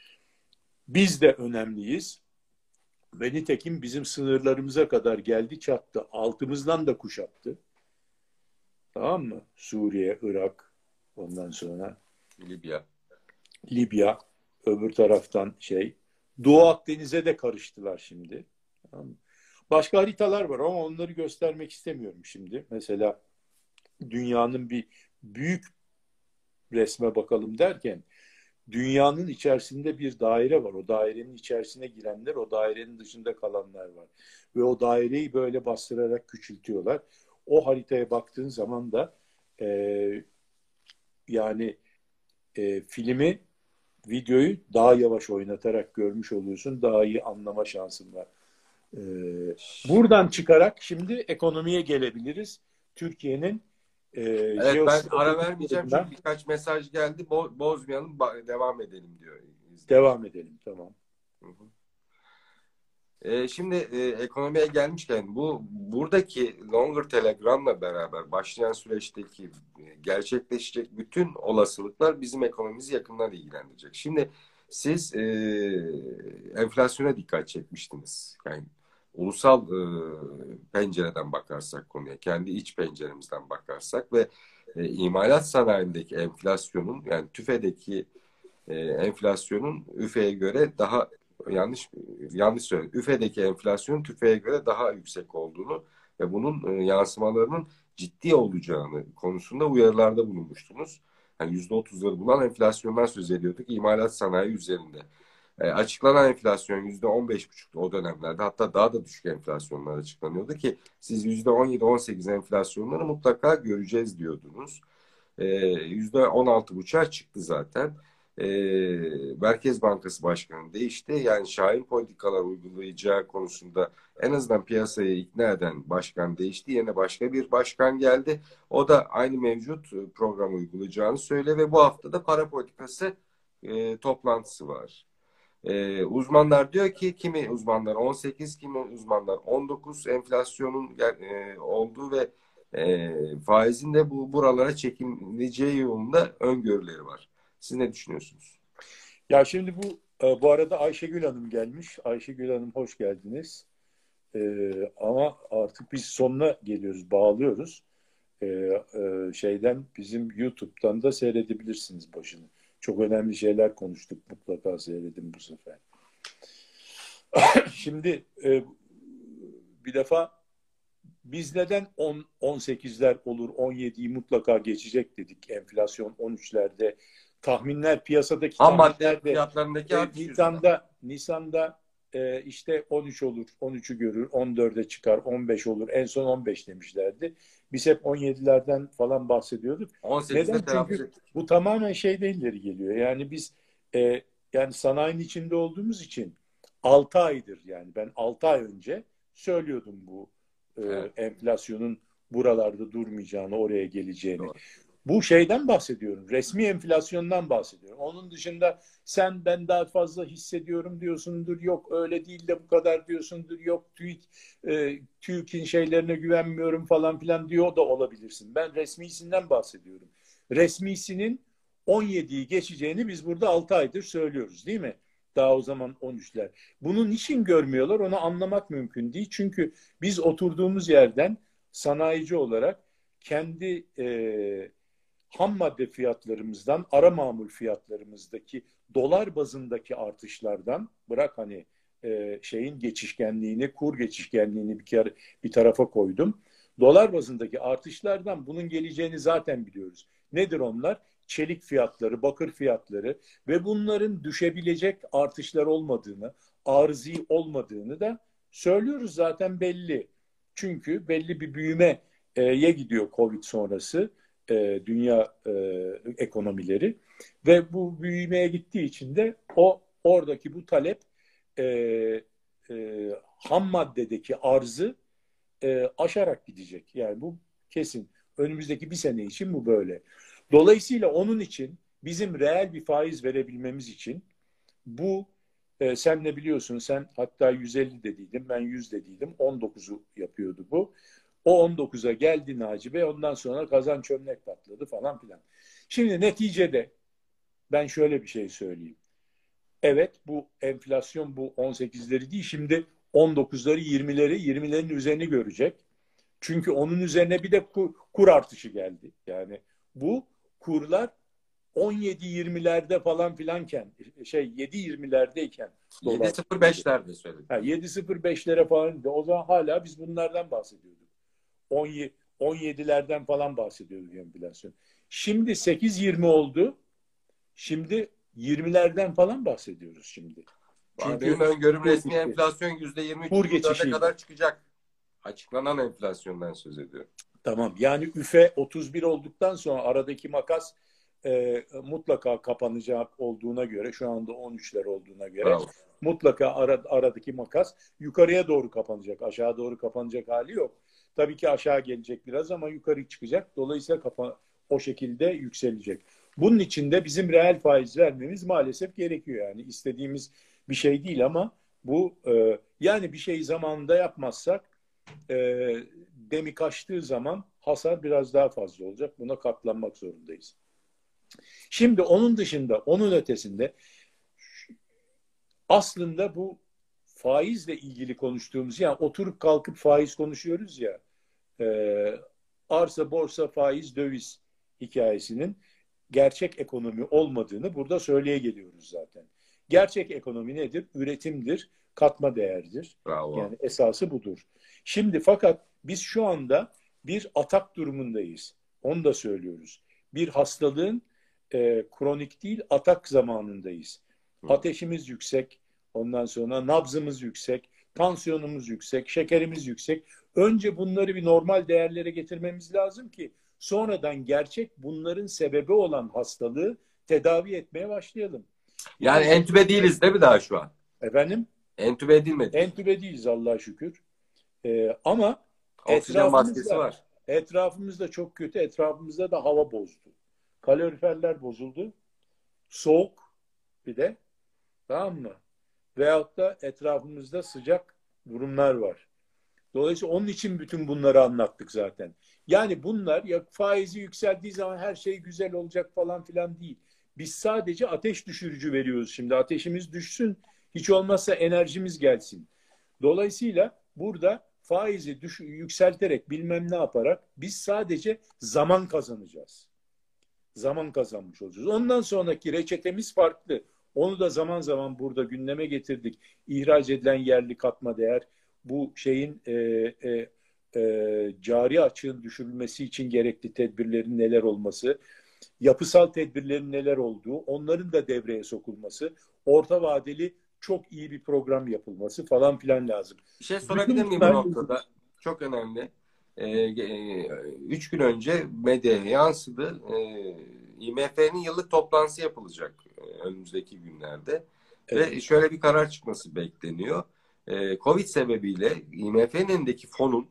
Biz de önemliyiz. Ve nitekim bizim sınırlarımıza kadar geldi çattı. Altımızdan da kuşattı. Tamam mı? Suriye, Irak, ondan sonra Libya. Libya, öbür taraftan şey. Doğu Akdeniz'e de karıştılar şimdi. Tamam mı? Başka haritalar var ama onları göstermek istemiyorum şimdi. Mesela dünyanın bir büyük resme bakalım derken dünyanın içerisinde bir daire var. O dairenin içerisine girenler, o dairenin dışında kalanlar var. Ve o daireyi böyle bastırarak küçültüyorlar. O haritaya baktığın zaman da e, yani e, filmi, videoyu daha yavaş oynatarak görmüş oluyorsun. Daha iyi anlama şansın var. E, buradan çıkarak şimdi ekonomiye gelebiliriz. Türkiye'nin e, Evet, ben ara jeostratejik vermeyeceğim çünkü yerinden birkaç mesaj geldi. Bo- bozmayalım, ba- devam edelim diyor izleyici. devam edelim. Tamam. Hı hı. E, şimdi e, ekonomiye gelmişken bu buradaki Longer Telegram'la beraber başlayan süreçteki e, gerçekleşecek bütün olasılıklar bizim ekonomimizi yakından ilgilendirecek. Şimdi Siz e, enflasyona dikkat çekmiştiniz. Yani ulusal e, pencereden bakarsak konuya, kendi iç penceremizden bakarsak ve e, imalat sanayindeki enflasyonun, yani TÜFE'deki e, enflasyonun ÜFE'ye göre daha yanlış yanlış söyledim. ÜFE'deki enflasyonun TÜFE'ye göre daha yüksek olduğunu ve bunun e, yansımalarının ciddi olacağını konusunda uyarılarda bulunmuştunuz. Yani yüzde otuzları bulan enflasyondan söz ediyorduk imalat sanayi üzerinde. E, açıklanan enflasyon yüzde on beş buçuktu o dönemlerde. Hatta daha da düşük enflasyonlar açıklanıyordu ki siz yüzde on yedi on sekiz enflasyonları mutlaka göreceğiz diyordunuz. E, yüzde on altı buçuğa çıktı zaten. E, Merkez Bankası Başkanı değişti. Yani şahin politikalar uygulayacağı konusunda en azından piyasayı ikna eden başkan değişti. Yerine başka bir başkan geldi. O da aynı mevcut programı uygulayacağını söylüyor ve bu hafta da para politikası e, toplantısı var. Ee, uzmanlar diyor ki kimi uzmanlar on sekiz, kimi uzmanlar on dokuz enflasyonun e, olduğu ve e, faizin de bu buralara çekileceği yolunda öngörüleri var. Siz ne düşünüyorsunuz? Ya şimdi bu e, bu arada Ayşegül Hanım gelmiş. Ayşegül Hanım hoş geldiniz. Ee, ama artık biz sonuna geliyoruz, bağlıyoruz. Ee, e, şeyden bizim YouTube'dan da seyredebilirsiniz başını. Çok önemli şeyler konuştuk. Mutlaka seyredin bu sefer. Şimdi e, bir defa biz neden on, on sekizler olur, on yediyi mutlaka geçecek dedik. Enflasyon on üçlerde. Tahminler, piyasadaki Ham madde tahminler de fiyatlarındaki e, artış yüzünden. Nisan'da Nisan'da e, işte on üç olur, on üçü görür, on dörde çıkar, on beş olur. En son on beş demişlerdi. Biz hep on yedilerden falan bahsediyorduk. on sekizde Neden? telaffuz Çünkü ettik. bu tamamen şeyden ileri geliyor. Yani biz e, yani sanayinin içinde olduğumuz için altı aydır, yani ben altı ay önce söylüyordum bu e, Evet, enflasyonun buralarda durmayacağını, oraya geleceğini. doğru. Bu şeyden bahsediyorum. Resmi enflasyondan bahsediyorum. Onun dışında sen ben daha fazla hissediyorum diyorsundur. Yok öyle değil de bu kadar diyorsundur. Yok TÜİK, e, TÜİK'in şeylerine güvenmiyorum falan filan diyor da olabilirsin. Ben resmisinden bahsediyorum. Resmisinin on yediyi geçeceğini biz burada altı aydır söylüyoruz, değil mi? Daha o zaman on üçler. Bunu niçin görmüyorlar onu anlamak mümkün değil. Çünkü biz oturduğumuz yerden sanayici olarak kendi e, ham madde fiyatlarımızdan, ara mamul fiyatlarımızdaki dolar bazındaki artışlardan, bırak hani e, şeyin geçişkenliğini, kur geçişkenliğini bir kere bir tarafa koydum. Dolar bazındaki artışlardan bunun geleceğini zaten biliyoruz. Nedir onlar? Çelik fiyatları, bakır fiyatları ve bunların düşebilecek artışlar olmadığını, arızi olmadığını da söylüyoruz, zaten belli. Çünkü belli bir büyümeye gidiyor Covid sonrası e, dünya e, ekonomileri ve bu büyümeye gittiği için de o oradaki bu talep e, e, ham maddedeki arzı e, aşarak gidecek. Yani bu kesin. Önümüzdeki bir sene için bu böyle. Dolayısıyla onun için bizim reel bir faiz verebilmemiz için bu e, sen ne biliyorsun, sen hatta yüz elli dediydim, ben yüz dediydim, on dokuzu yapıyordu bu. O on dokuza geldi Naci Bey, ondan sonra kazan çömlek patladı falan filan. Şimdi neticede ben şöyle bir şey söyleyeyim. Evet, bu enflasyon bu on sekizleri değil, şimdi on dokuzları, yirmileri, yirmilerin üzerini görecek. Çünkü onun üzerine bir de kur, kur artışı geldi. Yani bu kurlar on yedi yirmilerde falan filanken, şey yedi yirmilerdeyken dolar yedi virgül beşlerde söyledim. ha, yedi sıfır beşlere falan, o zaman hala biz bunlardan bahsediyorduk. on yedilerden falan bahsediyorduk enflasyon. Şimdi sekiz yirmi oldu. Şimdi yirmilerden falan bahsediyoruz şimdi. Çünkü Çünkü benim öngörüm kur resmi gitti. enflasyon yüzde yirmi üç Kur yirmi dörde geçişiyle. kadar çıkacak. Açıklanan enflasyondan söz ediyorum. Tamam. Yani üfe otuz bir olduktan sonra aradaki makas e, mutlaka kapanacak olduğuna göre, şu anda on üçler olduğuna göre Bravo. mutlaka ara, aradaki makas yukarıya doğru kapanacak. Aşağı doğru kapanacak hali yok. Tabii ki aşağı gelecek biraz ama yukarı çıkacak. Dolayısıyla kafa, o şekilde yükselecek. Bunun için de bizim reel faiz vermemiz maalesef gerekiyor. Yani istediğimiz bir şey değil ama bu e, yani bir şey zamanında yapmazsak e, demi kaçtığı zaman hasar biraz daha fazla olacak. Buna katlanmak zorundayız. Şimdi onun dışında, onun ötesinde aslında bu faizle ilgili konuştuğumuz, yani oturup kalkıp faiz konuşuyoruz ya, e, arsa, borsa, faiz, döviz hikayesinin gerçek ekonomi olmadığını burada söyleye geliyoruz zaten. Gerçek ekonomi nedir? Üretimdir, katma değerdir. Bravo. Yani esası budur. Şimdi fakat biz şu anda bir atak durumundayız. Onu da söylüyoruz. Bir hastalığın e, kronik değil, atak zamanındayız. Ateşimiz yüksek, ondan sonra nabzımız yüksek, tansiyonumuz yüksek, şekerimiz yüksek. Önce bunları bir normal değerlere getirmemiz lazım ki sonradan gerçek bunların sebebi olan hastalığı tedavi etmeye başlayalım. Yani entübe değiliz değil mi daha şu an? Efendim? Entübe edilmedik. Entübe değiliz Allah'a şükür. Ee, ama oksijen maskesi var. Etrafımızda çok kötü. Etrafımızda da hava bozdu. Kaloriferler bozuldu. Soğuk bir de. Tamam mı? Veyahut da etrafımızda sıcak durumlar var. Dolayısıyla onun için bütün bunları anlattık zaten. Yani bunlar ya faizi yükseldiği zaman her şey güzel olacak falan filan değil. Biz sadece ateş düşürücü veriyoruz şimdi. Ateşimiz düşsün, hiç olmazsa enerjimiz gelsin. Dolayısıyla burada faizi düş yükselterek bilmem ne yaparak biz sadece zaman kazanacağız. Zaman kazanmış olacağız. Ondan sonraki reçetemiz farklı. Onu da zaman zaman burada gündeme getirdik. İhraç edilen yerli katma değer, bu şeyin e, e, e, cari açığın düşürülmesi için gerekli tedbirlerin neler olması, yapısal tedbirlerin neler olduğu, onların da devreye sokulması, orta vadeli çok iyi bir program yapılması falan filan lazım. Bir şey sorabilir miyim bu noktada? Çok önemli. Ee, üç gün önce medyaya yansıdı. Ee, I M F'nin yıllık toplantısı yapılacak e, önümüzdeki günlerde. Evet. Ve şöyle bir karar çıkması bekleniyor. Ee, Covid sebebiyle I M F'nin elindeki fonun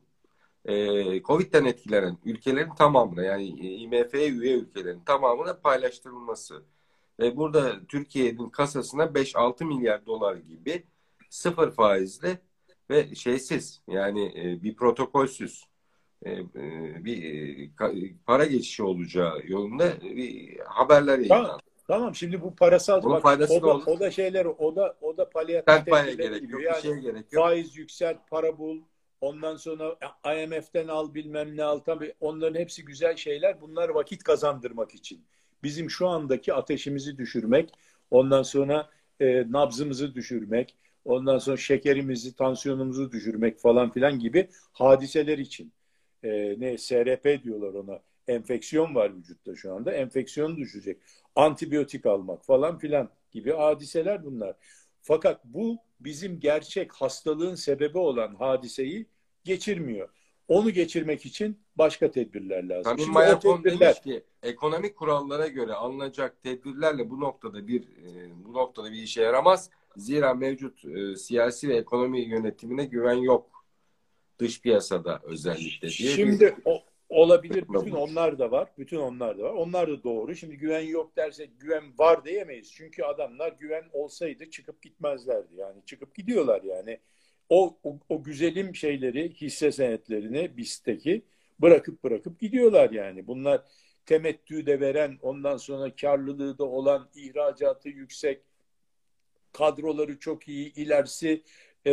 e, Covid'den etkilenen ülkelerin tamamına, yani I M F'ye üye ülkelerin tamamına paylaştırılması. Ve burada Türkiye'nin kasasına beş altı milyar dolar gibi sıfır faizli ve şeysiz, yani e, bir protokolsüz e, e, bir e, para geçişi olacağı yolunda bir haberler yayınlandı. Tamam, tamam. Şimdi bu parasal, bunun bak, faydası o ne da, olur? o da şeyler, o da o da palyatif tedbirler gerek yok, yani, bir şeye gerek yok. faiz yükselt, para bul. Ondan sonra I M F'den al, bilmem ne al. Tabii onların hepsi güzel şeyler. Bunlar vakit kazandırmak için. Bizim şu andaki ateşimizi düşürmek, ondan sonra e, nabzımızı düşürmek, ondan sonra şekerimizi, tansiyonumuzu düşürmek falan filan gibi hadiseler için. E, ne S R P diyorlar ona. Enfeksiyon var vücutta şu anda. Enfeksiyonu düşecek. Antibiyotik almak falan filan gibi hadiseler bunlar. Fakat bu bizim gerçek hastalığın sebebi olan hadiseyi geçirmiyor. Onu geçirmek için başka tedbirler lazım. Tabii Şimdi Mayapon o tedbirler... demiş ki ekonomik kurallara göre alınacak tedbirlerle bu noktada bir e, bu noktada bir işe yaramaz. Zira mevcut e, siyasi ve ekonomi yönetimine güven yok. Dış piyasada özellikle diye. Şimdi bir... o, olabilir. Bütün onlar da var. Bütün onlar da var. Onlar da doğru. Şimdi güven yok dersek güven var diyemeyiz. Çünkü adamlar güven olsaydı çıkıp gitmezlerdi. Yani çıkıp gidiyorlar yani. O, o, o güzelim şeyleri, hisse senetlerini BIST'teki bırakıp bırakıp gidiyorlar yani. Bunlar temettü de veren, ondan sonra karlılığı da olan, ihracatı yüksek, kadroları çok iyi, ilerisi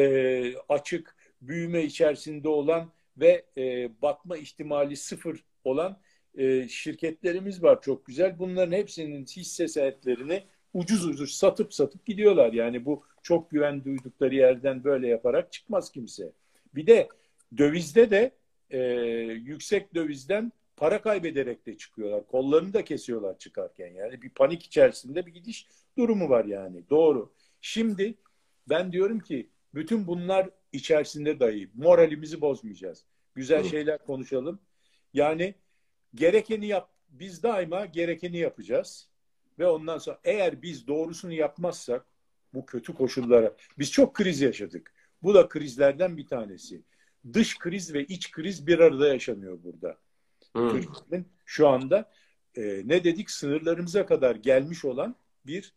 e, açık, büyüme içerisinde olan ve e, batma ihtimali sıfır olan e, şirketlerimiz var, çok güzel. Bunların hepsinin hisse senetlerini ucuz ucuz satıp satıp gidiyorlar. Yani bu çok güven duydukları yerden böyle yaparak çıkmaz kimse. Bir de dövizde de e, yüksek dövizden para kaybederek de çıkıyorlar. Kollarını da kesiyorlar çıkarken. Yani bir panik içerisinde bir gidiş durumu var yani. Doğru. Şimdi ben diyorum ki bütün bunlar içerisinde dahi moralimizi bozmayacağız. Güzel şeyler konuşalım. Yani gerekeni yap. Biz daima gerekeni yapacağız. Ve ondan sonra eğer biz doğrusunu yapmazsak bu kötü koşullara, biz çok kriz yaşadık. Bu da krizlerden bir tanesi. Dış kriz ve iç kriz bir arada yaşanıyor burada. Hmm. Türkiye'nin şu anda e, ne dedik, sınırlarımıza kadar gelmiş olan bir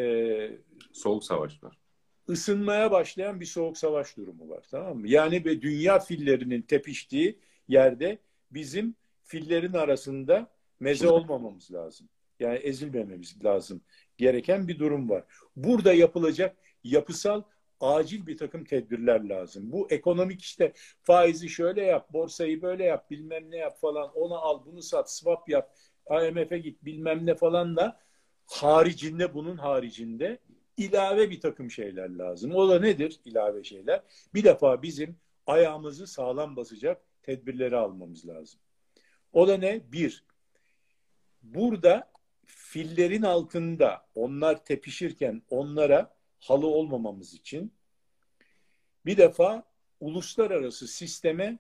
e, soğuk savaş var. Isınmaya başlayan bir soğuk savaş durumu var, tamam mı? Yani ve dünya fillerinin tepiştiği yerde bizim fillerin arasında meze olmamamız lazım. Yani ezilmememiz lazım. Gereken bir durum var. Burada yapılacak yapısal acil bir takım tedbirler lazım. Bu ekonomik işte faizi şöyle yap, borsayı böyle yap, bilmem ne yap falan, onu al, bunu sat, swap yap, I M F'e git bilmem ne falan da haricinde, bunun haricinde ilave bir takım şeyler lazım. O da nedir ilave şeyler? Bir defa bizim ayağımızı sağlam basacak tedbirleri almamız lazım. O da ne? Bir, burada fillerin altında onlar tepişirken onlara halı olmamamız için bir defa uluslararası sisteme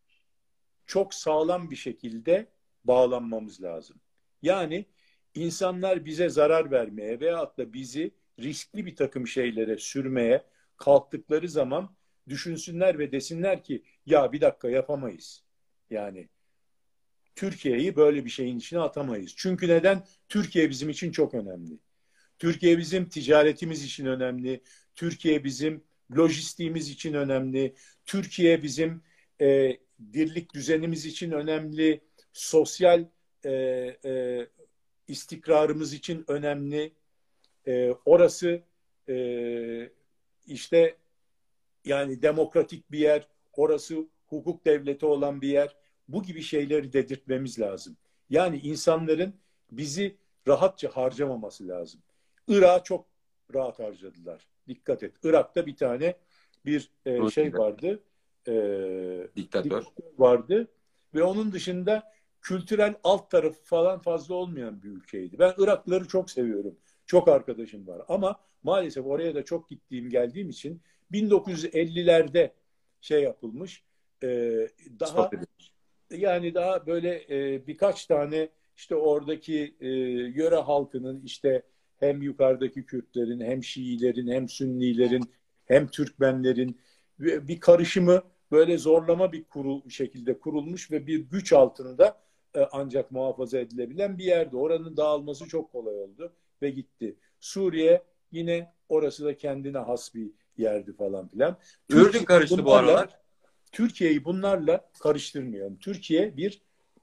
çok sağlam bir şekilde bağlanmamız lazım. Yani insanlar bize zarar vermeye veyahut da bizi riskli bir takım şeylere sürmeye kalktıkları zaman düşünsünler ve desinler ki ya bir dakika yapamayız. Yani Türkiye'yi böyle bir şeyin içine atamayız. Çünkü neden? Türkiye bizim için çok önemli. Türkiye bizim ticaretimiz için önemli. Türkiye bizim lojistiğimiz için önemli. Türkiye bizim e, dirlik düzenimiz için önemli. Sosyal e, e, istikrarımız için önemli. E, orası e, işte yani demokratik bir yer. Orası hukuk devleti olan bir yer. Bu gibi şeyleri dedirtmemiz lazım. Yani insanların bizi rahatça harcamaması lazım. Irak'ı çok rahat harcadılar. Dikkat et. Irak'ta bir tane bir e, şey vardı. E, Diktatör. diktatör vardı ve onun dışında kültürel alt tarafı falan fazla olmayan bir ülkeydi. Ben Iraklıları çok seviyorum. Çok arkadaşım var. Ama maalesef oraya da çok gittiğim geldiğim için bin dokuz yüz ellilerde şey yapılmış. E, daha yani daha böyle e, birkaç tane işte oradaki e, yöre halkının işte hem yukarıdaki Kürtlerin hem Şiilerin hem Sünnilerin hem Türkmenlerin bir karışımı böyle zorlama bir kurul şekilde kurulmuş ve bir güç altında e, ancak muhafaza edilebilen bir yerde. Oranın dağılması çok kolay oldu ve gitti. Suriye yine orası da kendine has bir yerdi falan filan. Ürdün karıştı bu aralar. Türkiye'yi bunlarla karıştırmıyorum. Türkiye bir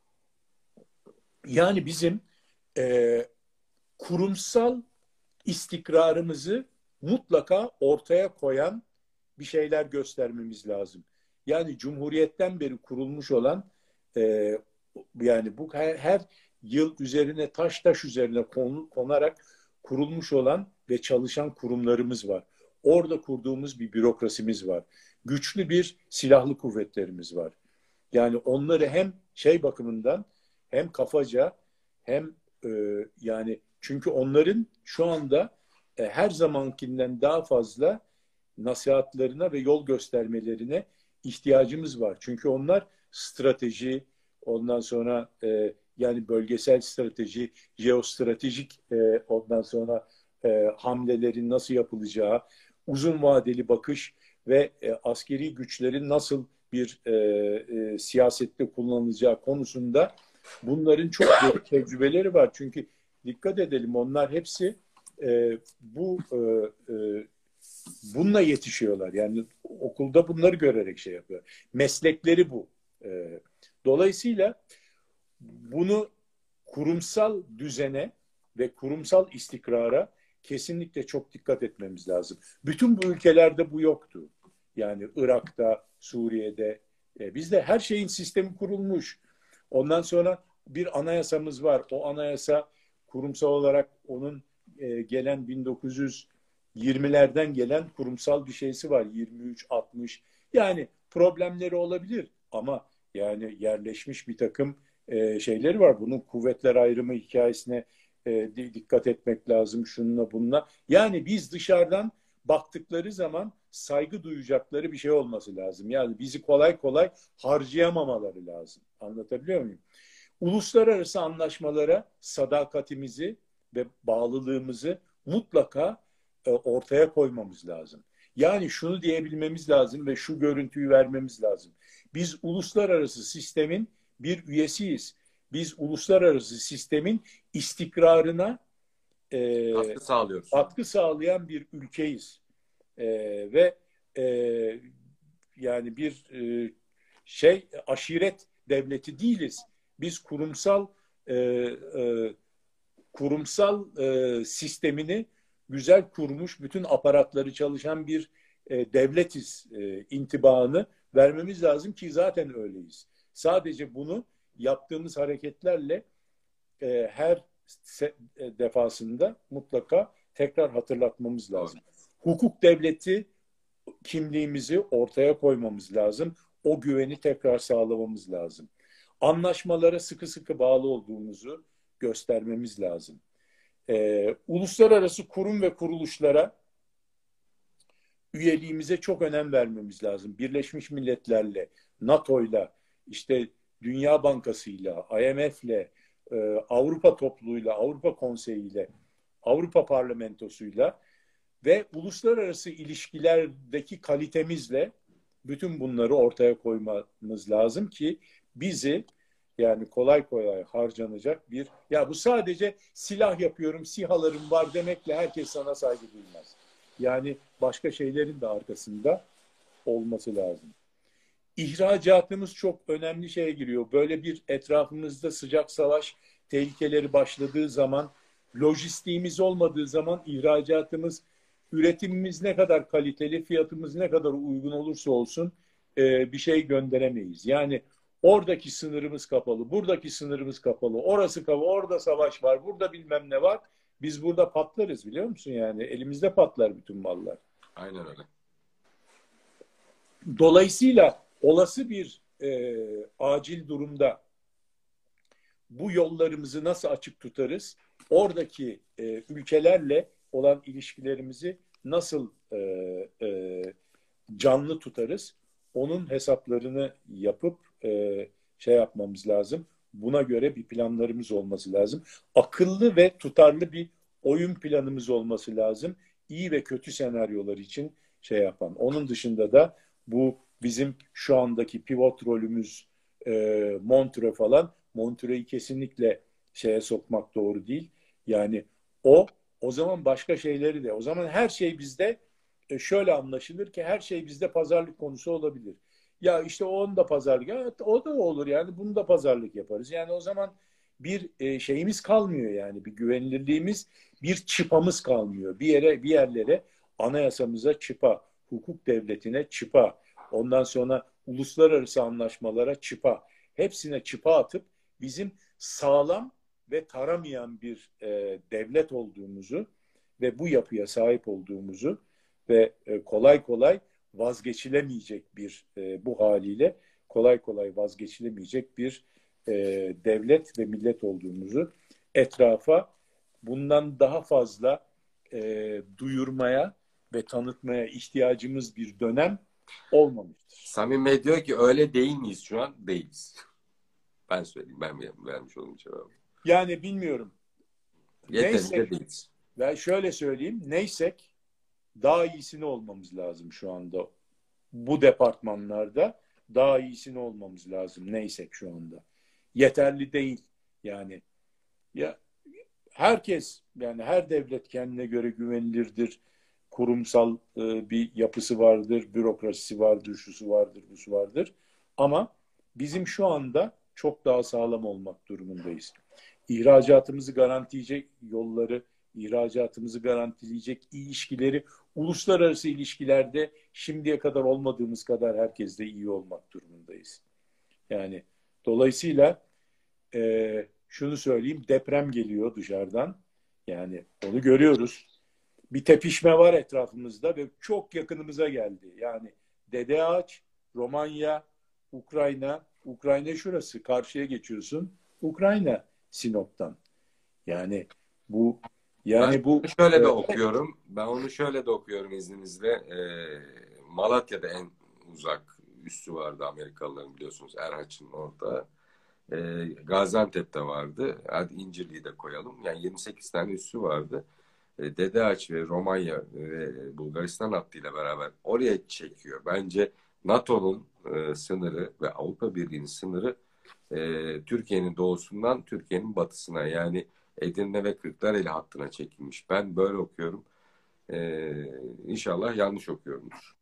yani bizim e, kurumsal istikrarımızı mutlaka ortaya koyan bir şeyler göstermemiz lazım. Yani Cumhuriyet'ten beri kurulmuş olan e, yani bu her, her yıl üzerine taş taş üzerine kon, konarak kurulmuş olan ve çalışan kurumlarımız var. Orada kurduğumuz bir bürokrasimiz var. Güçlü bir silahlı kuvvetlerimiz var. Yani onları hem şey bakımından hem kafaca hem e, yani çünkü onların şu anda e, her zamankinden daha fazla nasihatlerine ve yol göstermelerine ihtiyacımız var. Çünkü onlar strateji, ondan sonra e, yani bölgesel strateji, jeostratejik e, ondan sonra e, hamlelerin nasıl yapılacağı, uzun vadeli bakış ve e, askeri güçlerin nasıl bir e, e, siyasette kullanılacağı konusunda bunların çok büyük tecrübeleri var. Çünkü dikkat edelim onlar hepsi e, bu e, e, bununla yetişiyorlar. Yani okulda bunları görerek şey yapıyor. Meslekleri bu. E, dolayısıyla bunu kurumsal düzene ve kurumsal istikrara kesinlikle çok dikkat etmemiz lazım. Bütün bu ülkelerde bu yoktu. Yani Irak'ta, Suriye'de, e, bizde her şeyin sistemi kurulmuş. Ondan sonra bir anayasamız var. O anayasa kurumsal olarak onun e, gelen bin dokuz yüz yirmilerden gelen kurumsal bir şeysi var. yirmi üç altmış. Yani problemleri olabilir ama yani yerleşmiş bir takım e, şeyleri var. Bunun kuvvetler ayrımı hikayesine e, dikkat etmek lazım şununla bununla. Yani biz dışarıdan baktıkları zaman saygı duyacakları bir şey olması lazım. Yani bizi kolay kolay harcayamamaları lazım. Anlatabiliyor muyum? Uluslararası anlaşmalara sadakatimizi ve bağlılığımızı mutlaka e, ortaya koymamız lazım. Yani şunu diyebilmemiz lazım ve şu görüntüyü vermemiz lazım. Biz uluslararası sistemin bir üyesiyiz. Biz uluslararası sistemin istikrarına e, Katkı sağlıyoruz. katkı sağlayan bir ülkeyiz. E, ve e, yani bir e, şey aşiret devleti değiliz. Biz kurumsal e, e, kurumsal e, sistemini güzel kurmuş, bütün aparatları çalışan bir e, devletiz e, intibağını vermemiz lazım ki zaten öyleyiz. Sadece bunu yaptığımız hareketlerle e, her se- e, defasında mutlaka tekrar hatırlatmamız Doğru. lazım. Hukuk devleti kimliğimizi ortaya koymamız lazım. O güveni tekrar sağlamamız lazım. Anlaşmalara sıkı sıkı bağlı olduğumuzu göstermemiz lazım. Ee, uluslararası kurum ve kuruluşlara üyeliğimize çok önem vermemiz lazım. Birleşmiş Milletler'le, NATO'yla, işte Dünya Bankası'yla, I M F'le, e, Avrupa Topluluğu'yla, Avrupa Konseyi'yle, Avrupa Parlamentosu'yla ve uluslararası ilişkilerdeki kalitemizle bütün bunları ortaya koymamız lazım ki bizi, yani kolay kolay harcanacak bir, ya bu sadece silah yapıyorum, sihalarım var demekle herkes sana saygı duymaz. Yani başka şeylerin de arkasında olması lazım. İhracatımız çok önemli şeye giriyor. Böyle bir etrafımızda sıcak savaş tehlikeleri başladığı zaman, lojistiğimiz olmadığı zaman ihracatımız, üretimimiz ne kadar kaliteli, fiyatımız ne kadar uygun olursa olsun e, bir şey gönderemeyiz. Yani oradaki sınırımız kapalı, buradaki sınırımız kapalı, orası kapalı, orada savaş var, burada bilmem ne var. Biz burada patlarız, biliyor musun yani? Elimizde patlar bütün mallar. Aynen öyle. Dolayısıyla olası bir e, acil durumda bu yollarımızı nasıl açık tutarız? Oradaki e, ülkelerle olan ilişkilerimizi nasıl e, e, canlı tutarız? Onun hesaplarını yapıp e, şey yapmamız lazım. Buna göre bir planlarımız olması lazım. Akıllı ve tutarlı bir oyun planımız olması lazım. İyi ve kötü senaryolar için şey yapan. Onun dışında da bu bizim şu andaki pivot rolümüz e, Montre falan. Montre'yi kesinlikle şeye sokmak doğru değil. Yani o o zaman başka şeyleri de. O zaman her şey bizde e, şöyle anlaşılır ki her şey bizde pazarlık konusu olabilir. Ya işte onun da pazarlık, ya, o da olur yani bunu da pazarlık yaparız. Yani o zaman bir e, şeyimiz kalmıyor yani bir güvenilirliğimiz, bir çıpamız kalmıyor. Bir yere bir yerlere anayasamıza çıpa, hukuk devletine çıpa, ondan sonra uluslararası anlaşmalara çıpa, hepsine çıpa atıp bizim sağlam ve taramayan bir e, devlet olduğumuzu ve bu yapıya sahip olduğumuzu ve e, kolay kolay vazgeçilemeyecek bir e, bu haliyle kolay kolay vazgeçilemeyecek bir e, devlet ve millet olduğumuzu etrafa bundan daha fazla e, duyurmaya ve tanıtmaya ihtiyacımız bir dönem olmamıştır. Samim Bey diyor ki öyle değil miyiz şu an? Değiliz. Ben söyleyeyim. Ben vermiş olayım cevabı. Yani bilmiyorum. Yeterince Neyse, değiliz. ve şöyle söyleyeyim, neysek daha iyisini olmamız lazım şu anda. Bu departmanlarda daha iyisini olmamız lazım. Neysek şu anda. Yeterli değil. Yani ya herkes, yani her devlet kendine göre güvenilirdir. Kurumsal e, bir yapısı vardır, bürokrasisi vardır, şusu vardır, busu vardır. Ama bizim şu anda çok daha sağlam olmak durumundayız. İhracatımızı garantileyecek yolları, ihracatımızı garantileyecek ilişkileri, uluslararası ilişkilerde şimdiye kadar olmadığımız kadar herkesle iyi olmak durumundayız. Yani dolayısıyla e, şunu söyleyeyim, deprem geliyor dışarıdan. Yani onu görüyoruz. Bir tepişme var etrafımızda ve çok yakınımıza geldi. Yani Dede Ağaç, Romanya, Ukrayna, Ukrayna şurası. Karşıya geçiyorsun. Ukrayna, Sinop'tan. Yani bu Ben yani bu şöyle de e, okuyorum. Ben onu şöyle de okuyorum izninizle. Ee, Malatya'da en uzak üssü vardı Amerikalıların, biliyorsunuz. Erhaç'ın orada. Ee, Gaziantep'te vardı. Hadi İncirli'yi de koyalım. Yani yirmi sekiz tane üssü vardı. Ee, Dedeağaç ve Romanya ve Bulgaristan hattıyla beraber oraya çekiyor. Bence NATO'nun e, sınırı ve Avrupa Birliği'nin sınırı e, Türkiye'nin doğusundan Türkiye'nin batısına, yani Edirne ve Kırklareli hattına çekilmiş. Ben böyle okuyorum. Ee, inşallah yanlış okuyorumdur.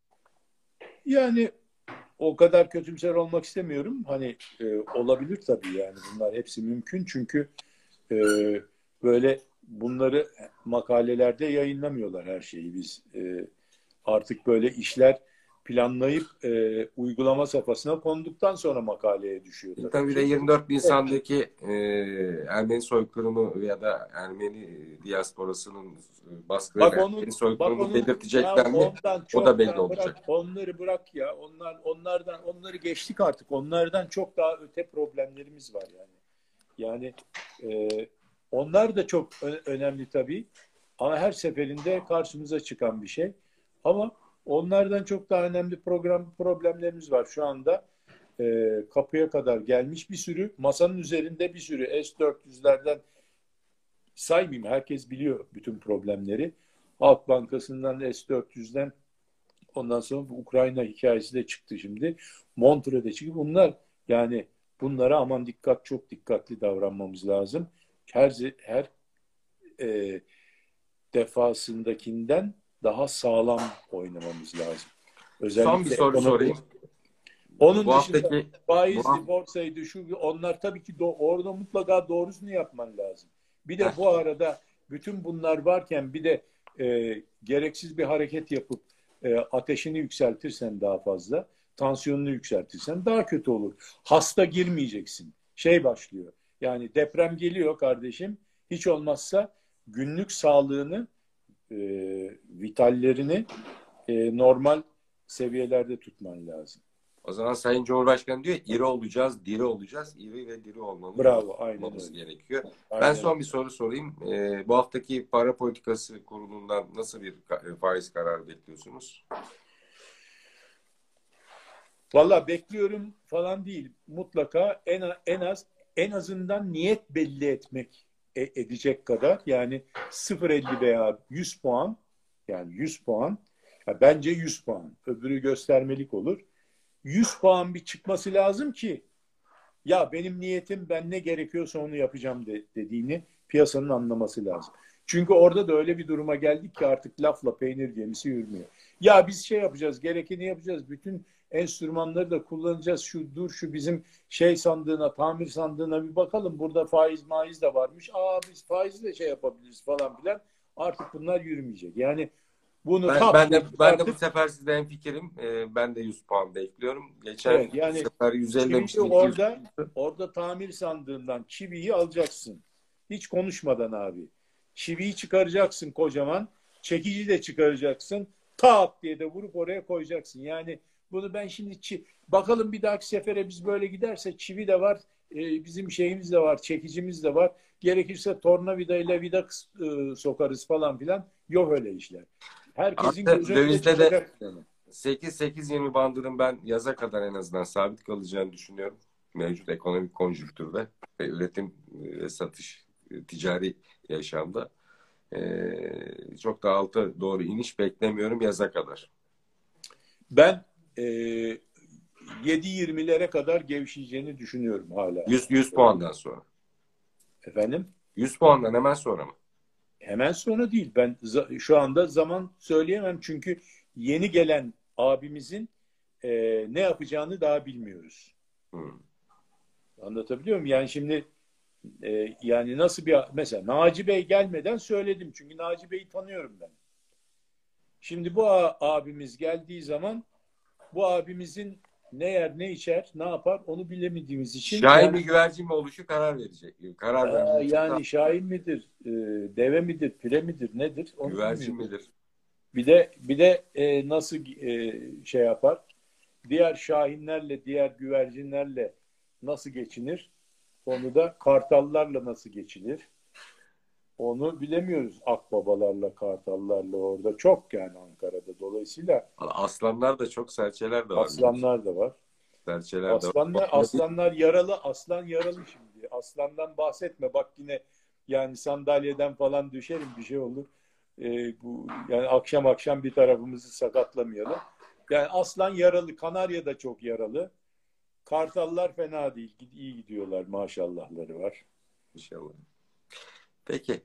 yani o kadar kötümser olmak istemiyorum. Hani e, olabilir tabii, yani bunlar hepsi mümkün çünkü e, böyle bunları makalelerde yayınlamıyorlar her şeyi. Biz e, artık böyle işler planlayıp e, uygulama safhasına konduktan sonra makaleye düşüyor E, tabii tabii de ki. yirmi dört Evet. Nisan'daki e, Ermeni soykırımı ya da Ermeni diasporasının baskılarıyla Bak Ermeni onun bak soykırımını onun ya belirtecekler mi? ondan O da çok belli daha bırak olacak. onları bırak ya. Onlar onlardan onları geçtik artık. Onlardan çok daha öte problemlerimiz var yani. Yani e, onlar da çok ö- önemli tabii. Ama her seferinde karşımıza çıkan bir şey. Ama onlardan çok daha önemli program problemlerimiz var şu anda. E, kapıya kadar gelmiş bir sürü, masanın üzerinde bir sürü S dört yüzlerden saymayayım. Herkes biliyor bütün problemleri. Halk Bankası'ndan S dört yüzden ondan sonra bu Ukrayna hikayesi de çıktı şimdi. Montreux'de çıktı. Bunlar yani bunlara aman dikkat, çok dikkatli davranmamız lazım. Her her e, defasındakinden daha sağlam oynamamız lazım. Son bir Özellikle soru ekonomi. sorayım. Onun Bu dışında haftaki bu faizli, hafta, borsaydı, şu onlar tabii ki do- orada mutlaka doğrusunu yapman lazım. Bir heh, de bu arada bütün bunlar varken bir de e, gereksiz bir hareket yapıp e, ateşini yükseltirsen daha fazla, tansiyonunu yükseltirsen daha kötü olur. Hasta girmeyeceksin. Şey başlıyor. Yani deprem geliyor kardeşim. Hiç olmazsa günlük sağlığını, e, vitallerini e, normal seviyelerde tutman lazım. o zaman Sayın Cumhurbaşkanı diyor iri olacağız, diri olacağız. İri ve diri olmamız, Bravo, aynen olmamız öyle. gerekiyor. Ben Aynen son öyle. bir soru sorayım. Ee, bu haftaki para politikası kurulundan nasıl bir ka- faiz kararı bekliyorsunuz? Valla bekliyorum falan değil. Mutlaka en en az en azından niyet belli etmek e- edecek kadar, yani sıfır virgül elli veya yüz puan, yani yüz puan, ya bence yüz puan. Öbürü göstermelik olur. yüz puan bir çıkması lazım ki ya benim niyetim, ben ne gerekiyorsa onu yapacağım de, dediğini piyasanın anlaması lazım. Çünkü orada da öyle bir duruma geldik ki artık lafla peynir gemisi yürümüyor. Ya biz şey yapacağız, gerekeni yapacağız. Bütün enstrümanları da kullanacağız. Şu dur şu bizim şey sandığına, tamir sandığına bir bakalım. Burada faiz maiz de varmış. Aa biz faizle şey yapabiliriz falan filan. Artık bunlar yürümeyecek. Yani bunu Ben, tak ben diye de ben de bu çıkartıp, sefer sizden fikrim. Ee, ben de yüz puan bekliyorum. Geçen evet yani sefer yüz çiviyi ellemiştim. iki yüz. orada orada tamir sandığından çiviyi alacaksın. Hiç konuşmadan abi. Çiviyi çıkaracaksın kocaman. Çekici de çıkaracaksın. Tak diye de vurup oraya koyacaksın. Yani bunu ben şimdi çi- bakalım bir dahaki sefere biz böyle giderse çivi de var. e, bizim şeyimiz de var. Çekicimiz de var. Gerekirse tornavidayla vida e, sokarız falan filan. Yok öyle işler. Herkesin Artı gözü önüne dövizde de çıkacak. Yani. sekiz sekiz yirmi bandının ben yaza kadar en azından sabit kalacağını düşünüyorum. Mevcut ekonomik konjüktürde ve üretim ve satış e, ticari yaşamda. Ee, çok da alta doğru iniş beklemiyorum yaza kadar. Ben e, yedi yirmilere kadar gevşeyeceğini düşünüyorum hala. yüz, yüz puandan sonra. Efendim? yüz puandan hemen sonra mı? Hemen sonra değil. Ben şu anda zaman söyleyemem çünkü yeni gelen abimizin e, ne yapacağını daha bilmiyoruz. Hmm. Anlatabiliyor muyum? Yani şimdi e, yani nasıl bir, mesela Naci Bey gelmeden söyledim çünkü Naci Bey'i tanıyorum ben. Şimdi bu abimiz geldiği zaman bu abimizin ne yer, ne içer, ne yapar onu bilemediğimiz için Şahin yani bir güvercin mi oluşu karar verecek. Karar Aa, vermek için yani Şahin midir, e, deve midir, pire midir, nedir onu güvercin bilmiyorum. midir? Bir de bir de e, nasıl e, şey yapar? Diğer şahinlerle, diğer güvercinlerle nasıl geçinir? Onu da kartallarla nasıl geçinir? Onu bilemiyoruz. Akbabalarla, kartallarla orada çok, yani Ankara'da. Dolayısıyla Aslanlar da çok, serçeler de var biliyorsun. aslanlar da var. Serçeler de var. Aslanlar, aslanlar yaralı, aslan yaralı şimdi. Aslandan bahsetme. Bak yine yani sandalyeden falan düşerim, bir şey olur. Ee, bu yani akşam akşam bir tarafımızı sakatlamayalım. Yani aslan yaralı, kanarya da çok yaralı. Kartallar fena değil, iyi gidiyorlar, maşallahları var. İnşallah. Peki.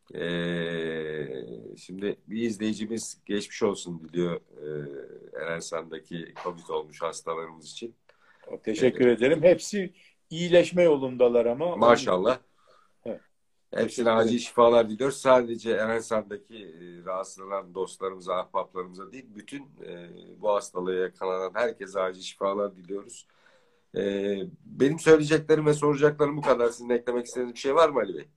Ee, şimdi bir izleyicimiz geçmiş olsun diliyor ee, Erensan'daki Covid olmuş hastalarımız için. Teşekkür Ee, ederim. Hepsi iyileşme yolundalar ama onun için. maşallah. Evet. Hepsine Teşekkür acil ederim. şifalar diliyoruz. Sadece Erensan'daki e, rahatsızlanan dostlarımıza, ahbaplarımıza değil, bütün e, bu hastalığa yakalanan herkese acil şifalar diliyoruz. E, benim söyleyeceklerim ve soracaklarım bu kadar. Sizin eklemek istediğiniz bir şey var mı Ali Bey?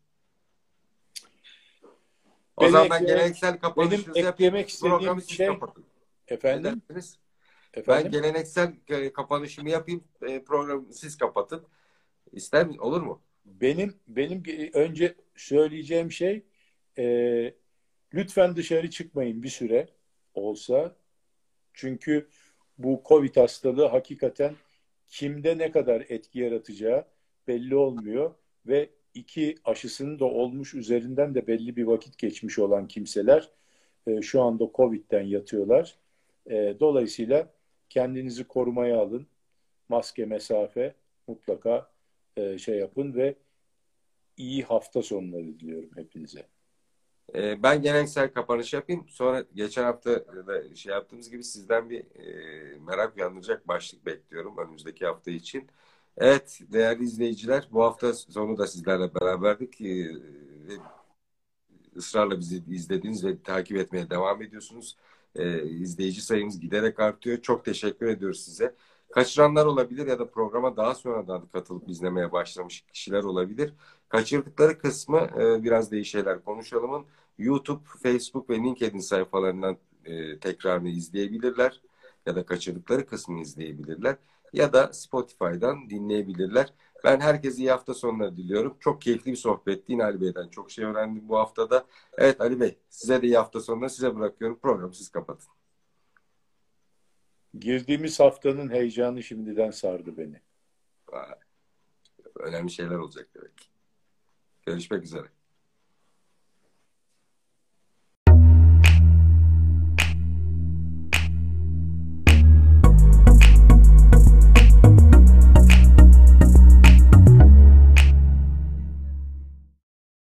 O Beni zaman ben eklemek, geleneksel benim kapanışınızı yapayım. eklemek Programı istediğim siz şey kapatın. Ne efendim, dersiniz? Ben efendim. geleneksel e, kapanışımı yapayım. E, programı siz kapatın. İster mi? Olur mu? Benim benim önce söyleyeceğim şey e, lütfen dışarı çıkmayın bir süre olsa. Çünkü bu Covid hastalığı hakikaten kimde ne kadar etki yaratacağı belli olmuyor ve iki aşısının da olmuş üzerinden de belli bir vakit geçmiş olan kimseler e, şu anda Covid'den yatıyorlar. E, dolayısıyla kendinizi korumaya alın. Maske, mesafe mutlaka e, şey yapın ve iyi hafta sonları diliyorum hepinize. E, ben geleneksel kapanış yapayım. Sonra geçen hafta da şey yaptığımız gibi sizden bir e, merak uyandıracak başlık bekliyorum önümüzdeki hafta için. Evet değerli izleyiciler, bu hafta sonu da sizlerle beraberdik. E, ısrarla bizi izlediğiniz ve takip etmeye devam ediyorsunuz. Ee, izleyici sayımız giderek artıyor. Çok teşekkür ediyoruz size. Kaçıranlar olabilir ya da programa daha sonradan katılıp izlemeye başlamış kişiler olabilir. Kaçırdıkları kısmı e, biraz değişikler konuşalımın YouTube, Facebook ve LinkedIn sayfalarından e, tekrarını izleyebilirler ya da kaçırdıkları kısmını izleyebilirler ya da Spotify'dan dinleyebilirler. Ben herkese iyi hafta sonları diliyorum. Çok keyifli bir sohbetti. Yine Ali Bey'den çok şey öğrendim bu haftada. Evet Ali Bey, size de iyi hafta sonları, size bırakıyorum. Programı siz kapatın. Girdiğimiz haftanın heyecanı şimdiden sardı beni. Aa, önemli şeyler olacak demek. Görüşmek üzere.